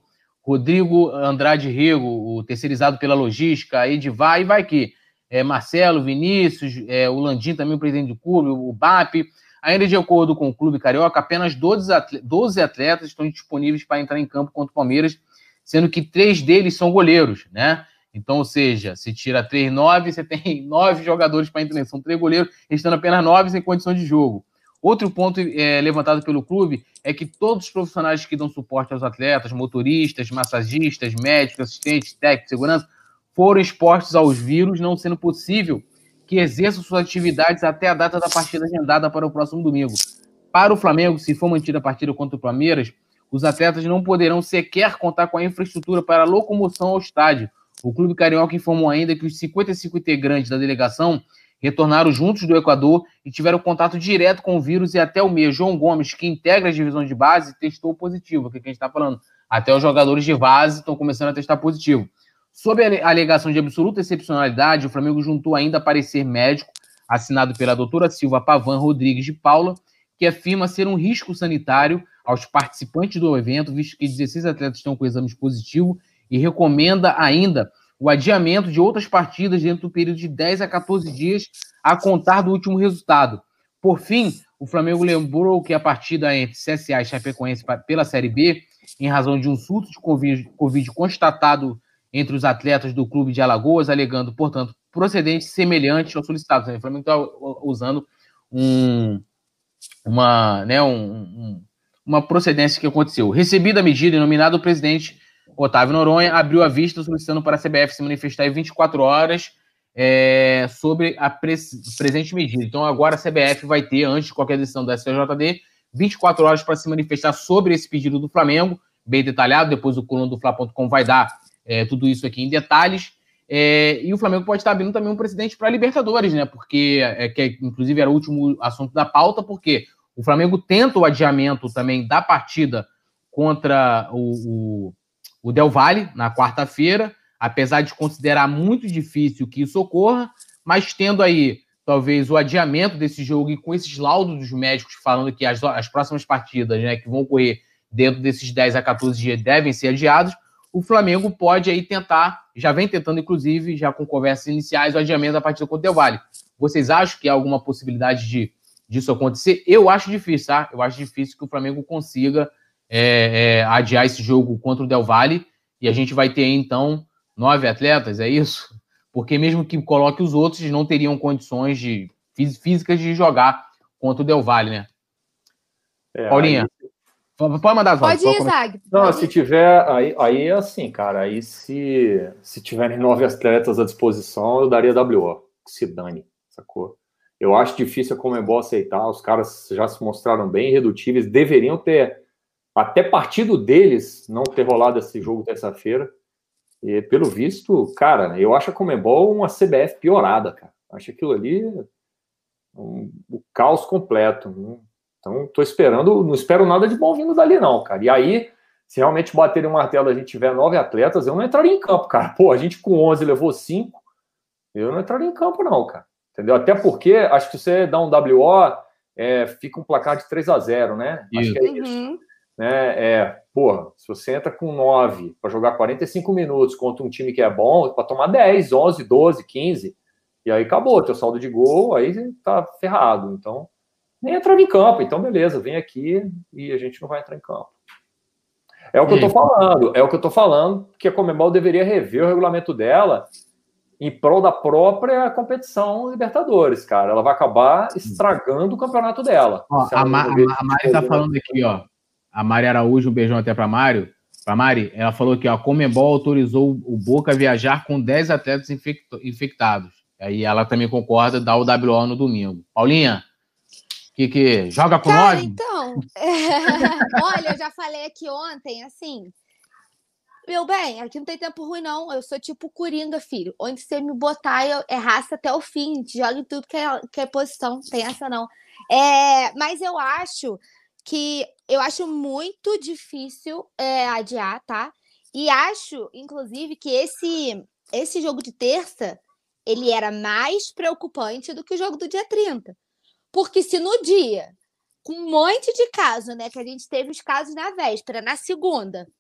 Rodrigo Andrade Rego, o terceirizado pela logística, aí de vai e vai que é, Marcelo, Vinícius, é, o Landim também, o presidente do clube, o B A P. Ainda de acordo com o Clube Carioca, apenas doze atletas estão disponíveis para entrar em campo contra o Palmeiras, sendo que três deles são goleiros, né? Então, ou seja, se tira três, nove, você tem nove jogadores para entrar. São três goleiros, restando apenas nove sem condição de jogo. Outro ponto é, levantado pelo clube é que todos os profissionais que dão suporte aos atletas, motoristas, massagistas, médicos, assistentes, técnicos, segurança, foram expostos aos vírus, não sendo possível que exerçam suas atividades até a data da partida agendada para o próximo domingo. Para o Flamengo, se for mantida a partida contra o Palmeiras, os atletas não poderão sequer contar com a infraestrutura para locomoção ao estádio. O Clube Carioca informou ainda que os cinquenta e cinco integrantes da delegação retornaram juntos do Equador e tiveram contato direto com o vírus, e até o meia João Gomes, que integra as divisões de base, testou positivo. O que a gente está falando? Até os jogadores de base estão começando a testar positivo. Sob a alegação de absoluta excepcionalidade, o Flamengo juntou ainda parecer médico, assinado pela doutora Silva Pavan Rodrigues de Paula, que afirma ser um risco sanitário aos participantes do evento, visto que dezesseis atletas estão com exames positivos, e recomenda ainda o adiamento de outras partidas dentro do período de dez a quatorze dias a contar do último resultado. Por fim, o Flamengo lembrou que a partida entre C S A e Chapecoense pela Série B, em razão de um surto de Covid, COVID constatado entre os atletas do clube de Alagoas, alegando, portanto, procedentes semelhantes aos solicitados. O Flamengo está usando um, uma, né, um, um, uma procedência que aconteceu. Recebida a medida, nominado o presidente Otávio Noronha abriu a vista solicitando para a C B F se manifestar em vinte e quatro horas é, sobre a pre presente medida. Então, agora a C B F vai ter, antes de qualquer decisão da S T J D, vinte e quatro horas para se manifestar sobre esse pedido do Flamengo, bem detalhado. Depois o coluna do Fla ponto com vai dar é, tudo isso aqui em detalhes. É, e o Flamengo pode estar abrindo também um precedente para a Libertadores, né? Porque, é, que inclusive era o último assunto da pauta, porque o Flamengo tenta o adiamento também da partida contra o, o o Del Valle, na quarta-feira, apesar de considerar muito difícil que isso ocorra, mas tendo aí, talvez, o adiamento desse jogo e com esses laudos dos médicos falando que as, as próximas partidas, né, que vão ocorrer dentro desses dez a quatorze dias devem ser adiados, o Flamengo pode aí tentar, já vem tentando, inclusive, já com conversas iniciais, o adiamento da partida contra o Del Valle. Vocês acham que há alguma possibilidade de, disso acontecer? Eu acho difícil, tá? Eu acho difícil que o Flamengo consiga É, é, adiar esse jogo contra o Del Valle, e a gente vai ter aí, então, nove atletas, é isso? Porque mesmo que coloque os outros, eles não teriam condições de, físicas de jogar contra o Del Valle, né? É, Paulinha, aí... pode mandar as Pode ir, Zag. Não, se tiver, aí, aí é assim, cara, aí se, se tiverem nove atletas à disposição, eu daria W O, se dane, sacou? Eu acho difícil a Conmebol aceitar, os caras já se mostraram bem irredutíveis, deveriam ter até partido deles não ter rolado esse jogo terça-feira. E, pelo visto, cara, eu acho a Conmebol uma C B F piorada, cara. Acho aquilo ali um, um caos completo. Né? Então, tô esperando, não espero nada de bom vindo dali, não, cara. E aí, se realmente baterem um martelo, a gente tiver nove atletas, eu não entraria em campo, cara. Pô, a gente com onze levou cinco, eu não entraria em campo, não, cara. Entendeu? Até porque, acho que você dá um W O, é, fica um placar de três a zero, né? Acho que é isso. Uhum. Né, é, porra, se você entra com nove para jogar quarenta e cinco minutos contra um time que é bom, para tomar dez, onze, doze, quinze, e aí acabou, teu saldo de gol, aí tá ferrado. Então, nem entrava em campo, então beleza, vem aqui e a gente não vai entrar em campo. É o que eu tô falando, é o que eu tô falando, que a Conmebol deveria rever o regulamento dela em prol da própria competição Libertadores, cara. Ela vai acabar estragando o campeonato dela. Ó, a, Ma a, a Mari tá falando aqui, ó. A Mari Araújo, um beijão até para Mário. Para Mari, ela falou que a Conmebol autorizou o Boca a viajar com dez atletas infectados. Aí ela também concorda, dá o W O no domingo. Paulinha, que que joga com Cara, nós? então, é... olha, eu já falei aqui ontem, assim, meu bem, aqui não tem tempo ruim, não. Eu sou tipo Coringa, filho. Onde você me botar, eu... é raça até o fim. Te joga em tudo que é, que é posição. Não tem essa, não. É... Mas eu acho que eu acho muito difícil é, adiar, tá? E acho, inclusive, que esse, esse jogo de terça, ele era mais preocupante do que o jogo do dia trinta. Porque se no dia, com um monte de casos, né, que a gente teve os casos na véspera, na segunda,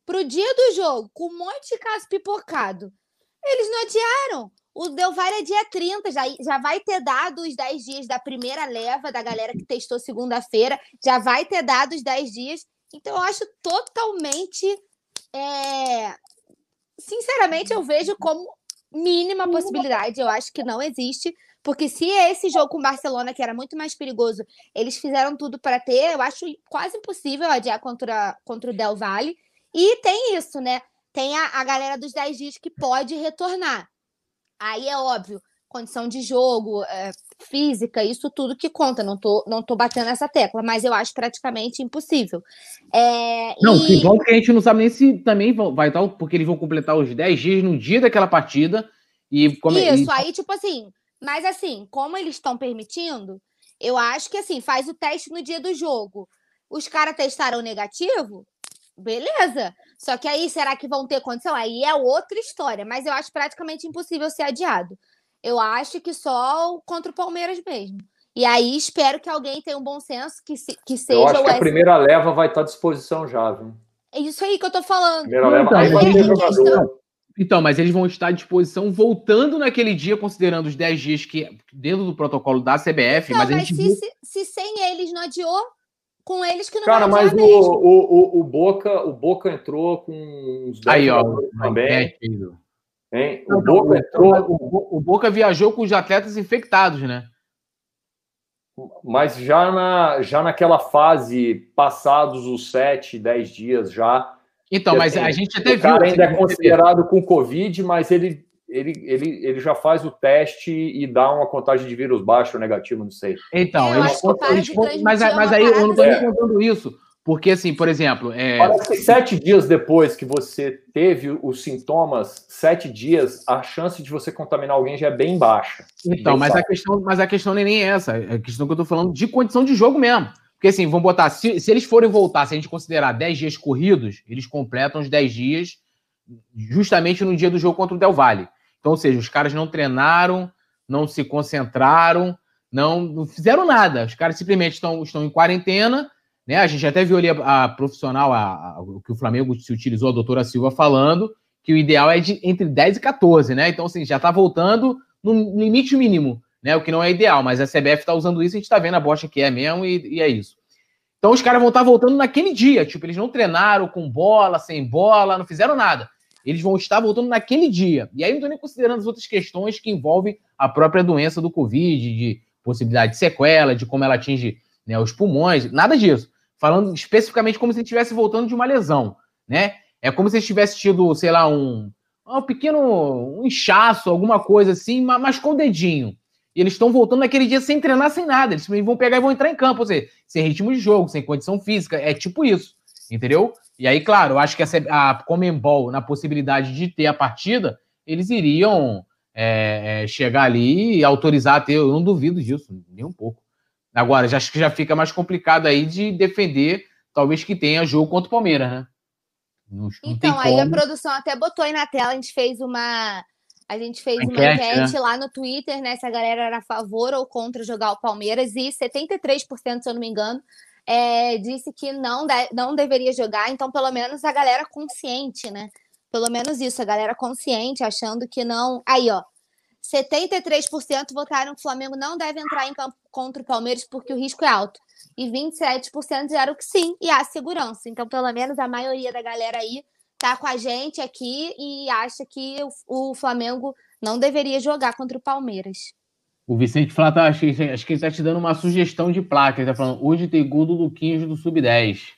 pro dia do jogo, com um monte de caso pipocado. Eles não adiaram. O Del Valle é dia trinta, já, já vai ter dado os dez dias da primeira leva da galera que testou segunda-feira, já vai ter dado os dez dias. Então, eu acho totalmente... É... Sinceramente, eu vejo como mínima possibilidade. Eu acho que não existe, porque se esse jogo com o Barcelona, que era muito mais perigoso, eles fizeram tudo para ter, eu acho quase impossível adiar contra, contra o Del Valle. E tem isso, né? Tem a, a galera dos dez dias que pode retornar. Aí é óbvio, condição de jogo, é, física, isso tudo que conta. Não tô, não tô batendo essa tecla, mas eu acho praticamente impossível. É, não, e... que bom que a gente não sabe nem se também vai estar, porque eles vão completar os dez dias no dia daquela partida. E como Isso, e... aí tipo assim, mas assim, como eles estão permitindo, eu acho que assim, faz o teste no dia do jogo. Os caras testaram negativo? Beleza. Só que aí, será que vão ter condição? Aí é outra história, mas eu acho praticamente impossível ser adiado. Eu acho que só contra o Palmeiras mesmo. E aí espero que alguém tenha um bom senso, que, se, que seja eu acho o que a S... primeira leva vai estar à disposição já, viu? É isso aí que eu tô falando. Primeira leva, então, aí vai ter jogador. Questão... Então, mas eles vão estar à disposição voltando naquele dia, considerando os dez dias que dentro do protocolo da C B F. Então, mas a mas gente se, viu... se, se sem eles não adiou, com eles que não Cara, vai mas adiar o, mesmo. o, o, o, Boca, o Boca entrou com uns dez Aí, ó, também. Hein? O Não, Boca não, entrou. O, o Boca viajou com os atletas infectados, né? Mas já, na, já naquela fase, passados os sete, dez dias já. Então, que, mas assim, a gente até o viu. O cara ainda é considerado com Covid, mas ele, ele, ele, ele já faz o teste e dá uma contagem de vírus baixo ou negativo, não sei. Então, é, eu eles, acho que para eles, de eles mas, transmitir mas uma aí eu não estou parada nem contando isso. Porque, assim, por exemplo. É... Parece que sete dias depois que você teve os sintomas, sete dias, a chance de você contaminar alguém já é bem baixa. Então, bem mas, a questão, mas a questão não é nem essa. É a questão que eu estou falando de condição de jogo mesmo. Porque, assim, vamos botar. Se, se eles forem voltar, se a gente considerar dez dias corridos, eles completam os dez dias justamente no dia do jogo contra o Del Valle. Então, ou seja, os caras não treinaram, não se concentraram, não, não fizeram nada. Os caras simplesmente estão, estão em quarentena. Né? A gente até viu ali a, a profissional, a, a, o que o Flamengo se utilizou, a doutora Silva, falando que o ideal é de entre dez e quatorze, né? Então, assim, já tá voltando no limite mínimo, né? O que não é ideal, mas a C B F tá usando isso e a gente tá vendo a bosta que é mesmo e, e é isso. Então, os caras vão estar voltando naquele dia, tipo, eles não treinaram com bola, sem bola, não fizeram nada. Eles vão estar voltando naquele dia. E aí não tô nem considerando as outras questões que envolvem a própria doença do Covid, de possibilidade de sequela, de como ela atinge, né, os pulmões, nada disso. Falando especificamente como se ele estivesse voltando de uma lesão, né? É como se ele tivesse tido, sei lá, um, um pequeno um inchaço, alguma coisa assim, mas com o dedinho. E eles estão voltando naquele dia sem treinar, sem nada. Eles vão pegar e vão entrar em campo, ou seja, sem ritmo de jogo, sem condição física. É tipo isso, entendeu? E aí, claro, eu acho que a Conmebol, na possibilidade de ter a partida, eles iriam é, é, chegar ali e autorizar a ter. Eu não duvido disso, nem um pouco. Agora, já, acho que já fica mais complicado aí de defender, talvez que tenha jogo contra o Palmeiras, né? Não, não então, aí como. A produção até botou aí na tela, a gente fez uma... A gente fez enquete, uma enquete né? lá no Twitter, né? Se a galera era a favor ou contra jogar o Palmeiras, e setenta e três por cento, se eu não me engano, é, disse que não, de, não deveria jogar. Então, pelo menos a galera consciente, né? Pelo menos isso, a galera consciente, achando que não... Aí, ó, setenta e três por cento votaram que o Flamengo não deve entrar em campo contra o Palmeiras porque o risco é alto. E vinte e sete por cento disseram que sim, e há segurança. Então, pelo menos a maioria da galera aí tá com a gente aqui e acha que o, o Flamengo não deveria jogar contra o Palmeiras. O Vicente Flá, tá, acho, que, acho que ele tá te dando uma sugestão de placa. Ele tá falando, hoje tem gol do Luquinhos do sub dez.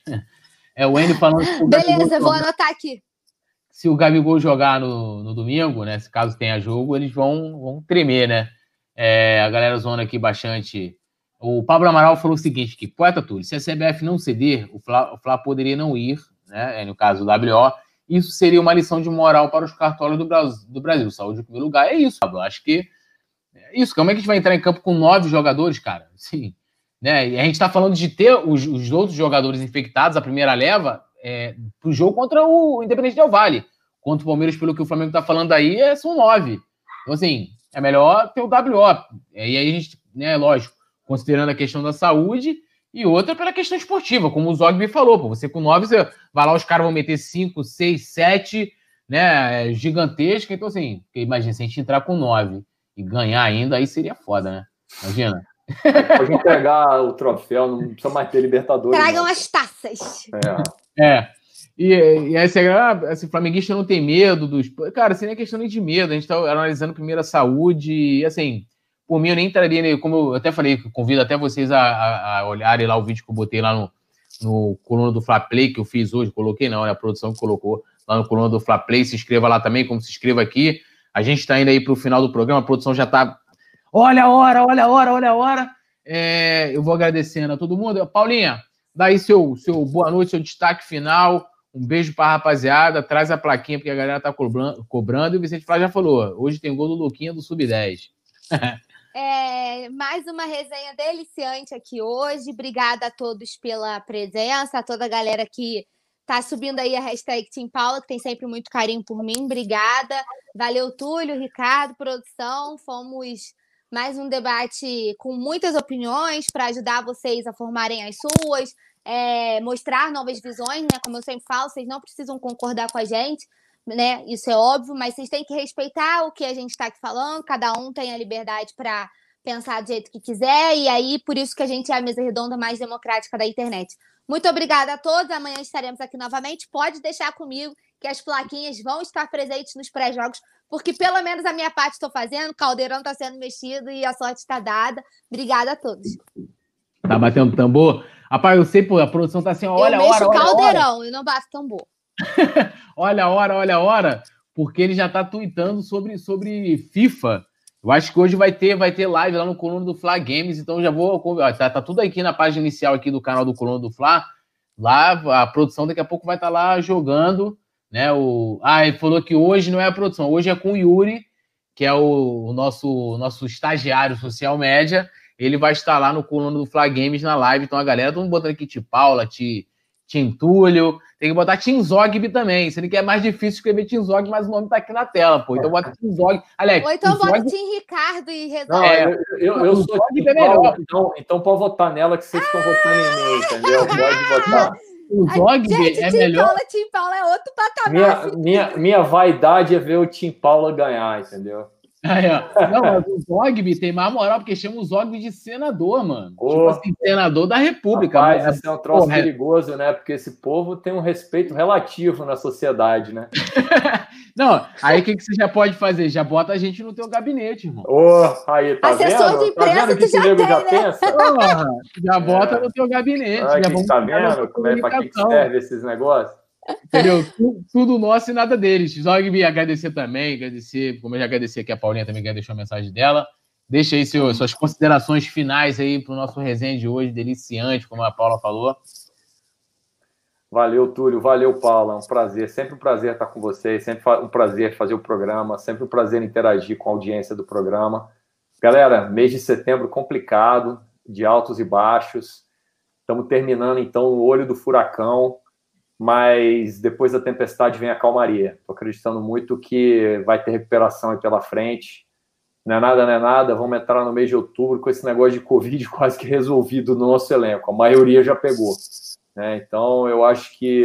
É o Enio falando... Que o Beleza, vou anotar aqui. Se o Gabigol jogar no, no domingo, né? Se caso tenha jogo, eles vão, vão tremer, né? É, a galera zona aqui bastante... O Pablo Amaral falou o seguinte, que, poeta Túlio, se a C B F não ceder, o Flá, o Flá poderia não ir, né? No caso do W O, isso seria uma lição de moral para os cartolas do Brasil. Do Brasil. Saúde em primeiro lugar. É isso, Pablo. Acho que é isso. Como é que a gente vai entrar em campo com nove jogadores, cara? Sim. Né? E a gente está falando de ter os, os outros jogadores infectados, a primeira leva, é, para o jogo contra o Independente Del Valle. Contra o Palmeiras, pelo que o Flamengo está falando aí, é, são nove. Então, assim, é melhor ter o W O. E aí a gente, né, lógico, considerando a questão da saúde, e outra pela questão esportiva, como o Zogby falou, pô, você com nove, você vai lá, os caras vão meter cinco, seis, sete, né, gigantesca, então assim, imagina, se a gente entrar com nove e ganhar ainda, aí seria foda, né? Imagina. Pode entregar o troféu, não precisa mais ter Libertadores. Tragam não. as taças. É. É. E, e aí você, ah, assim, flamenguista não tem medo dos... Cara, assim, não é questão nem de medo, a gente tá analisando primeiro a saúde, e assim, por mim eu nem entraria, como eu até falei, convido até vocês a, a, a olharem lá o vídeo que eu botei lá no, no coluna do Fla Play, que eu fiz hoje, coloquei não, é a produção que colocou lá no coluna do Fla Play, se inscreva lá também, como se inscreva aqui, a gente tá indo aí pro final do programa, a produção já tá... Olha a hora, olha a hora, olha a hora, é, eu vou agradecendo a todo mundo. Paulinha, dá aí seu, seu boa noite, seu destaque final. Um beijo pra rapaziada, traz a plaquinha, porque a galera tá cobrando, cobrando e o Vicente Flá já falou, hoje tem gol do Luquinha do Sub dez. É, mais uma resenha deliciante aqui hoje, obrigada a todos pela presença, a toda a galera que tá subindo aí a hashtag Team Paula, que tem sempre muito carinho por mim, obrigada, valeu Túlio, Ricardo, produção, fomos mais um debate com muitas opiniões para ajudar vocês a formarem as suas, É, mostrar novas visões, né? Como eu sempre falo, vocês não precisam concordar com a gente, né? Isso é óbvio, mas vocês têm que respeitar o que a gente está aqui falando, cada um tem a liberdade para pensar do jeito que quiser, e aí por isso que a gente é a mesa redonda mais democrática da internet. Muito obrigada a todos, amanhã estaremos aqui novamente, pode deixar comigo que as plaquinhas vão estar presentes nos pré-jogos, porque pelo menos a minha parte estou fazendo, o caldeirão está sendo mexido e a sorte está dada. Obrigada a todos. Tá batendo tambor? Rapaz, eu sei, pô, a produção tá assim, olha a hora, eu mexo olha caldeirão e não bato tambor. Olha a hora, olha a hora, porque ele já tá tweetando sobre, sobre FIFA. Eu acho que hoje vai ter, vai ter live lá no coluna do Fla Games, então já vou... Ó, tá, tá tudo aqui na página inicial aqui do canal do coluna do Fla. Lá, a produção daqui a pouco vai estar tá lá jogando, né? O... Ah, ele falou que hoje não é a produção, hoje é com o Yuri, que é o, o nosso, nosso estagiário social média. Ele vai estar lá no coluna do Fla Games na live. Então a galera, todo mundo botando aqui Tim Paula, Tim Túlio. Tem que botar Tim Zogby também. Se ele quer mais difícil escrever Tim Zogby, mas o nome tá aqui na tela, pô. Então bota Tim Zogby. Aliás, Ou então bota Zogby... Tim Ricardo e resolve. Não, é, eu, eu, eu sou Tim é Paula, então, então pode votar nela que vocês estão votando em mim, entendeu? Pode votar. O Zogby Gente, é Tim melhor... Paula, Tim Paula é outro patamar. Minha, minha, minha vaidade é ver o Tim Paula ganhar, entendeu? Aí, ó. Não, mas o Zogby tem mais moral, porque chama o Zogby de senador, mano. Oh, tipo assim, senador da República. Rapaz, mano. Isso é um troço Porra, perigoso, né? Porque esse povo tem um respeito relativo na sociedade, né? Não, aí o que, que você já pode fazer? Já bota a gente no teu gabinete, irmão. Oh, aí, tá Assessor vendo? de imprensa, tá vendo que tu já nego tem, já né? pensa? Porra, já bota É. no teu gabinete. Ah, já que vamos tá pegar vendo? Como é, pra que que comunicação. serve esses negócios? Entendeu? Tudo, tudo nosso e nada deles. Zogby, agradecer também, agradecer, como eu já agradeci aqui a Paulinha também, que deixou a mensagem dela. Deixa aí seu, suas considerações finais aí pro nosso resenha de hoje, deliciante, como a Paula falou. Valeu, Túlio. Valeu, Paula. É um prazer. Sempre um prazer estar com vocês. Sempre um prazer fazer o programa. Sempre um prazer interagir com a audiência do programa. Galera, mês de setembro complicado, de altos e baixos. Estamos terminando, então, o olho do furacão. Mas depois da tempestade vem a calmaria. Estou acreditando muito que vai ter recuperação aí pela frente. Não é nada, não é nada. Vamos entrar no mês de outubro com esse negócio de Covid quase que resolvido no nosso elenco. A maioria já pegou. Né? Então, eu acho que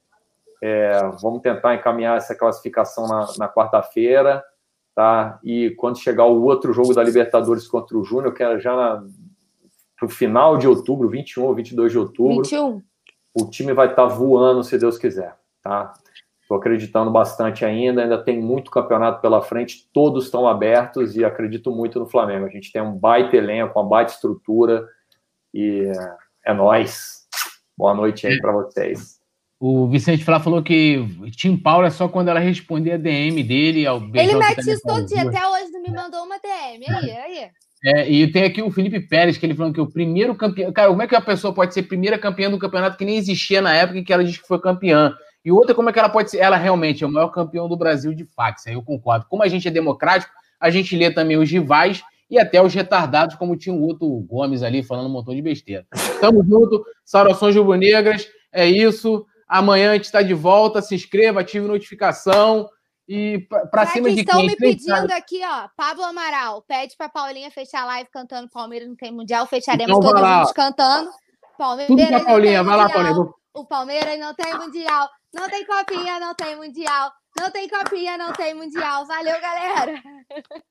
é, vamos tentar encaminhar essa classificação na, na quarta-feira. Tá? E quando chegar o outro jogo da Libertadores contra o Júnior, que era já para o final de outubro, vinte e um ou vinte e dois de outubro. vinte e um. O time vai estar voando, se Deus quiser, tá? Estou acreditando bastante ainda, ainda tem muito campeonato pela frente, todos estão abertos e acredito muito no Flamengo. A gente tem um baita elenco, uma baita estrutura e é nóis. Boa noite aí para vocês. O Vicente Flá falou que Tim Paula é só quando ela responder a D M dele. Ao Ele mete isso todo dia, até hoje não me mandou uma D M. Aí, aí. É, e tem aqui o Felipe Pérez, que ele falando que o primeiro campeão... Cara, como é que a pessoa pode ser primeira campeã do campeonato que nem existia na época em que ela disse que foi campeã? E outra, como é que ela pode ser... Ela realmente é o maior campeão do Brasil de fax, aí eu concordo. Como a gente é democrático, a gente lê também os rivais e até os retardados, como tinha o outro Gomes ali falando um montão de besteira. Tamo junto, saudações rubro-negras, é isso. Amanhã a gente está de volta, se inscreva, ative notificação... E para cima de quem? Estão me pedindo aqui, ó, Pablo Amaral, pede para Paulinha fechar a live cantando Palmeiras não tem Mundial, fecharemos então, todos juntos cantando. Palmeiras Tudo com a Paulinha. Vai lá, mundial. Paulinha. O Palmeiras não tem mundial. Não tem copinha, não tem mundial. Não tem copinha, não tem mundial. Valeu, galera!